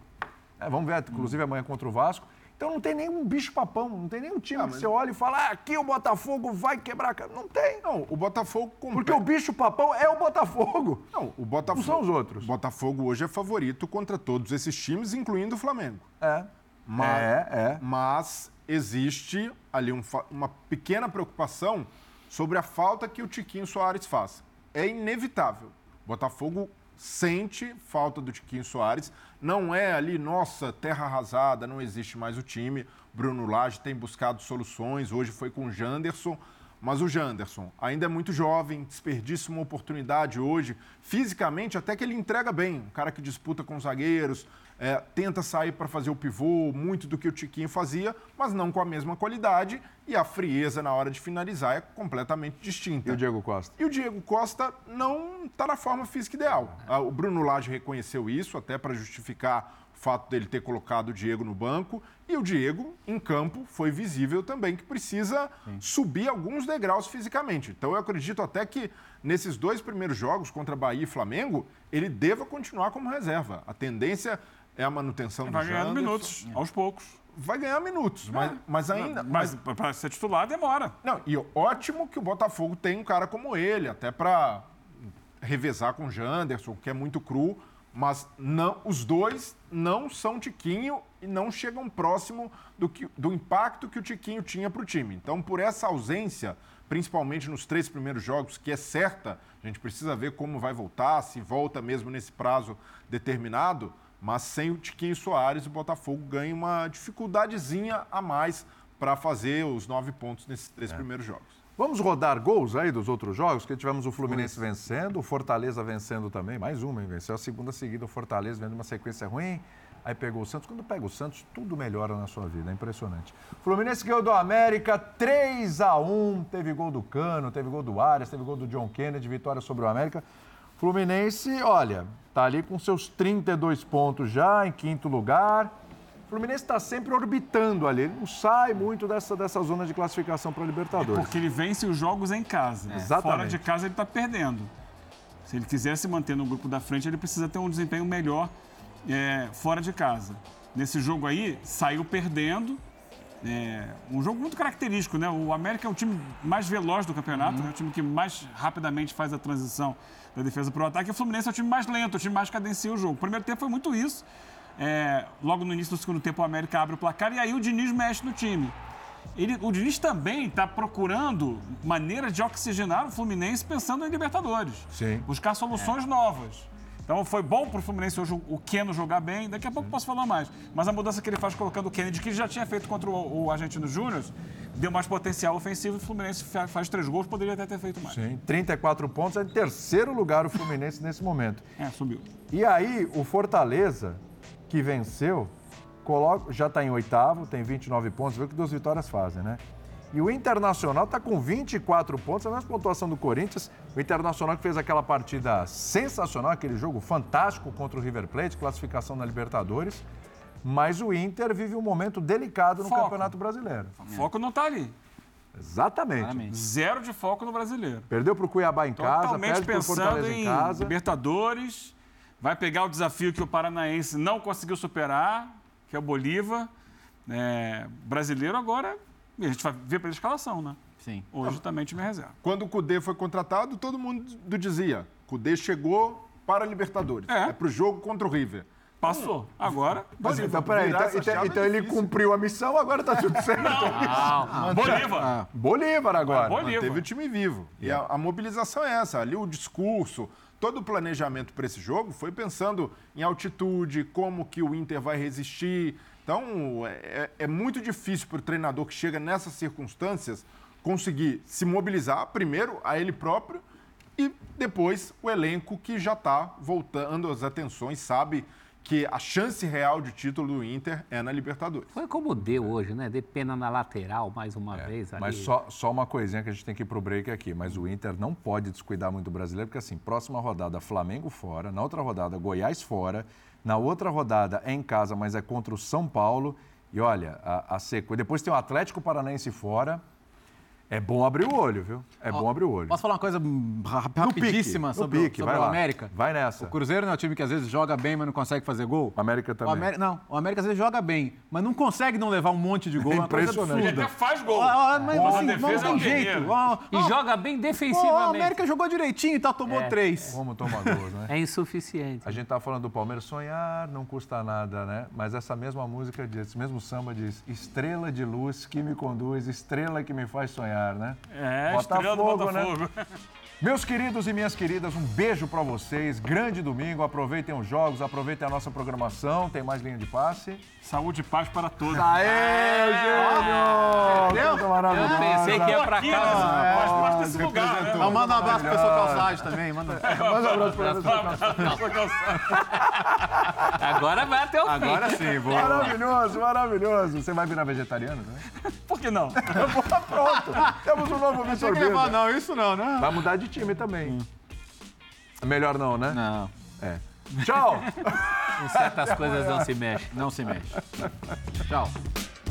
é, vamos ver, inclusive amanhã contra o Vasco. Então não tem nenhum bicho-papão, não tem nenhum time ah, mas... que você olha e fala, ah, aqui o Botafogo vai quebrar a cara. Não tem. Não, o Botafogo... Compre... Porque o bicho-papão é o Botafogo. Não, o Botafogo... Não são os outros. O Botafogo hoje é favorito contra todos esses times, incluindo o Flamengo. É. Mas, é, é. Mas existe ali um, uma pequena preocupação sobre a falta que o Tiquinho Soares faz. É inevitável. O Botafogo sente falta do Tiquinho Soares. Não é ali, nossa, terra arrasada, não existe mais o time. Bruno Lage tem buscado soluções. Hoje foi com o Janderson. Mas o Janderson ainda é muito jovem, desperdiça uma oportunidade hoje. Fisicamente, até que ele entrega bem. Um cara que disputa com os zagueiros, é, tenta sair para fazer o pivô, muito do que o Tiquinho fazia, mas não com a mesma qualidade. E a frieza na hora de finalizar é completamente distinta. E o Diego Costa? E o Diego Costa não está na forma física ideal. O Bruno Lage reconheceu isso, até para justificar o fato dele ter colocado o Diego no banco. E o Diego, em campo, foi visível também que precisa Sim. subir alguns degraus fisicamente. Então eu acredito até que nesses dois primeiros jogos, contra Bahia e Flamengo, ele deva continuar como reserva. A tendência é a manutenção do Vai ganhando Janderson. minutos, aos poucos. Vai ganhar minutos, mas, é. mas ainda... Mas, mas para ser titular demora. Não, e ótimo que o Botafogo tem um cara como ele, até para revezar com o Janderson, que é muito cru, mas não, os dois não são Tiquinho e não chegam próximo do, que, do impacto que o Tiquinho tinha para o time. Então, por essa ausência, principalmente nos três primeiros jogos, que é certa, a gente precisa ver como vai voltar, se volta mesmo nesse prazo determinado, mas sem o Tiquinho Soares, o Botafogo ganha uma dificuldadezinha a mais para fazer os nove pontos nesses três é. primeiros jogos. Vamos rodar gols aí dos outros jogos, porque tivemos o Fluminense vencendo, o Fortaleza vencendo também, mais uma, hein? Venceu a segunda seguida, o Fortaleza vendo uma sequência ruim, aí pegou o Santos. Quando pega o Santos, tudo melhora na sua vida, é impressionante. O Fluminense ganhou do América três a um, teve gol do Cano, teve gol do Arias, teve gol do John Kennedy, vitória sobre o América. Fluminense, olha, tá ali com seus trinta e dois pontos já, em quinto lugar. O Fluminense está sempre orbitando ali, ele não sai muito dessa, dessa zona de classificação para a Libertadores. É porque ele vence os jogos em casa. É. Exatamente. Fora de casa ele está perdendo. Se ele quiser se manter no grupo da frente, ele precisa ter um desempenho melhor é, fora de casa. Nesse jogo aí, saiu perdendo. É, um jogo muito característico, né? O América é o time mais veloz do campeonato, uhum. é o time que mais rapidamente faz a transição da defesa para o ataque. E o Fluminense é o time mais lento, o time mais cadencia o jogo. O primeiro tempo foi muito isso. É, logo no início do segundo tempo, o América abre o placar e aí o Diniz mexe no time. Ele, o Diniz também está procurando maneiras de oxigenar o Fluminense pensando em Libertadores. Sim. Buscar soluções é. novas. Então foi bom para o Fluminense hoje o Keno jogar bem, daqui a pouco posso falar mais. Mas a mudança que ele faz colocando o Kennedy, que ele já tinha feito contra o, o Argentino Júnior, deu mais potencial ofensivo e o Fluminense faz três gols, poderia até ter feito mais. Sim, trinta e quatro pontos, é em terceiro lugar o Fluminense nesse momento. É, subiu. E aí o Fortaleza, que venceu, coloca, já está em oitavo, tem vinte e nove pontos, vê o que duas vitórias fazem, né? E o Internacional está com vinte e quatro pontos, a mesma pontuação do Corinthians. O Internacional que fez aquela partida sensacional, aquele jogo fantástico contra o River Plate, classificação na Libertadores. Mas o Inter vive um momento delicado no foco. Campeonato Brasileiro. O foco não está ali. Exatamente. Claramente. Zero de foco no Brasileiro. Perdeu para o Cuiabá em casa, Totalmente perde para o Fortaleza em casa. Libertadores, vai pegar o desafio que o Paranaense não conseguiu superar, que é o Bolívar. É, brasileiro agora... E a gente vai ver pela escalação, né? Sim. Hoje também time reserva. Quando o Cudê foi contratado, todo mundo dizia, Cudê chegou para a Libertadores. É, é para o jogo contra o River. Passou. Agora, Mas então, peraí, virar então, essa então, chave então é ele difícil. cumpriu a missão, agora tá tudo certo. não. Bolívar. Bolívar agora. Bolívar. Teve o time vivo. E a, a mobilização é essa. Ali o discurso, todo o planejamento para esse jogo foi pensando em altitude, como que o Inter vai resistir. Então, é, é muito difícil para o treinador que chega nessas circunstâncias conseguir se mobilizar, primeiro, a ele próprio, e depois o elenco que já está voltando as atenções, sabe que a chance real de título do Inter é na Libertadores. Foi como deu hoje, né? Deu pena na lateral mais uma É, vez. Ali. mas só, só uma coisinha que a gente tem que ir pro break aqui. Mas o Inter não pode descuidar muito o brasileiro, porque assim, próxima rodada, Flamengo fora, na outra rodada, Goiás fora, na outra rodada é em casa, mas é contra o São Paulo. E olha, a, a sequência. Depois tem o Atlético Paranaense fora. É bom abrir o olho, viu? É bom abrir o olho. Posso falar uma coisa rap- rapidíssima No sobre, o- pique, sobre vai o lá. América? Vai nessa. O Cruzeiro não é um time que às vezes joga bem, mas não consegue fazer gol? O América O também. América, não, o América às vezes joga bem, mas não consegue não levar um monte de gol. É É uma coisa impressionante. Ele absurda. até faz gol. Ah, ah, mas Mas a assim, defesa não é tem um jeito. guerreiro. Ah, E ah, joga bem pô, defensivamente. a América jogou direitinho e tá, tomou É, três. Como toma gols, né? É insuficiente. A gente tá falando do Palmeiras, sonhar não custa nada, né? Mas essa mesma música diz, esse mesmo samba diz, estrela de luz que me conduz, estrela que me faz sonhar, né? É, estrela do Botafogo, Botafogo. né? Meus queridos e minhas queridas, um beijo pra vocês. Grande domingo, aproveitem os jogos, aproveitem a nossa programação. Tem mais linha de passe. Saúde e paz para todos. Aê, Gênio! Coisa maravilhosa. Eu pensei que ia pra Aqui, casa. né? Faz parte desse lugar, né? Então, manda um abraço pro pessoal calçado também. Manda... Manda um abraço pra você. Agora vai até o fim. Agora sim, vou. Maravilhoso, maravilhoso. Você vai virar vegetariano, né? Por que não? Pronto, temos um novo Vitor Tem que levar, Birner. não, isso não, né? Vai mudar de time também. Melhor não, né? Não, É. Tchau! Em certas coisas não se mexe. não se mexe. Tchau.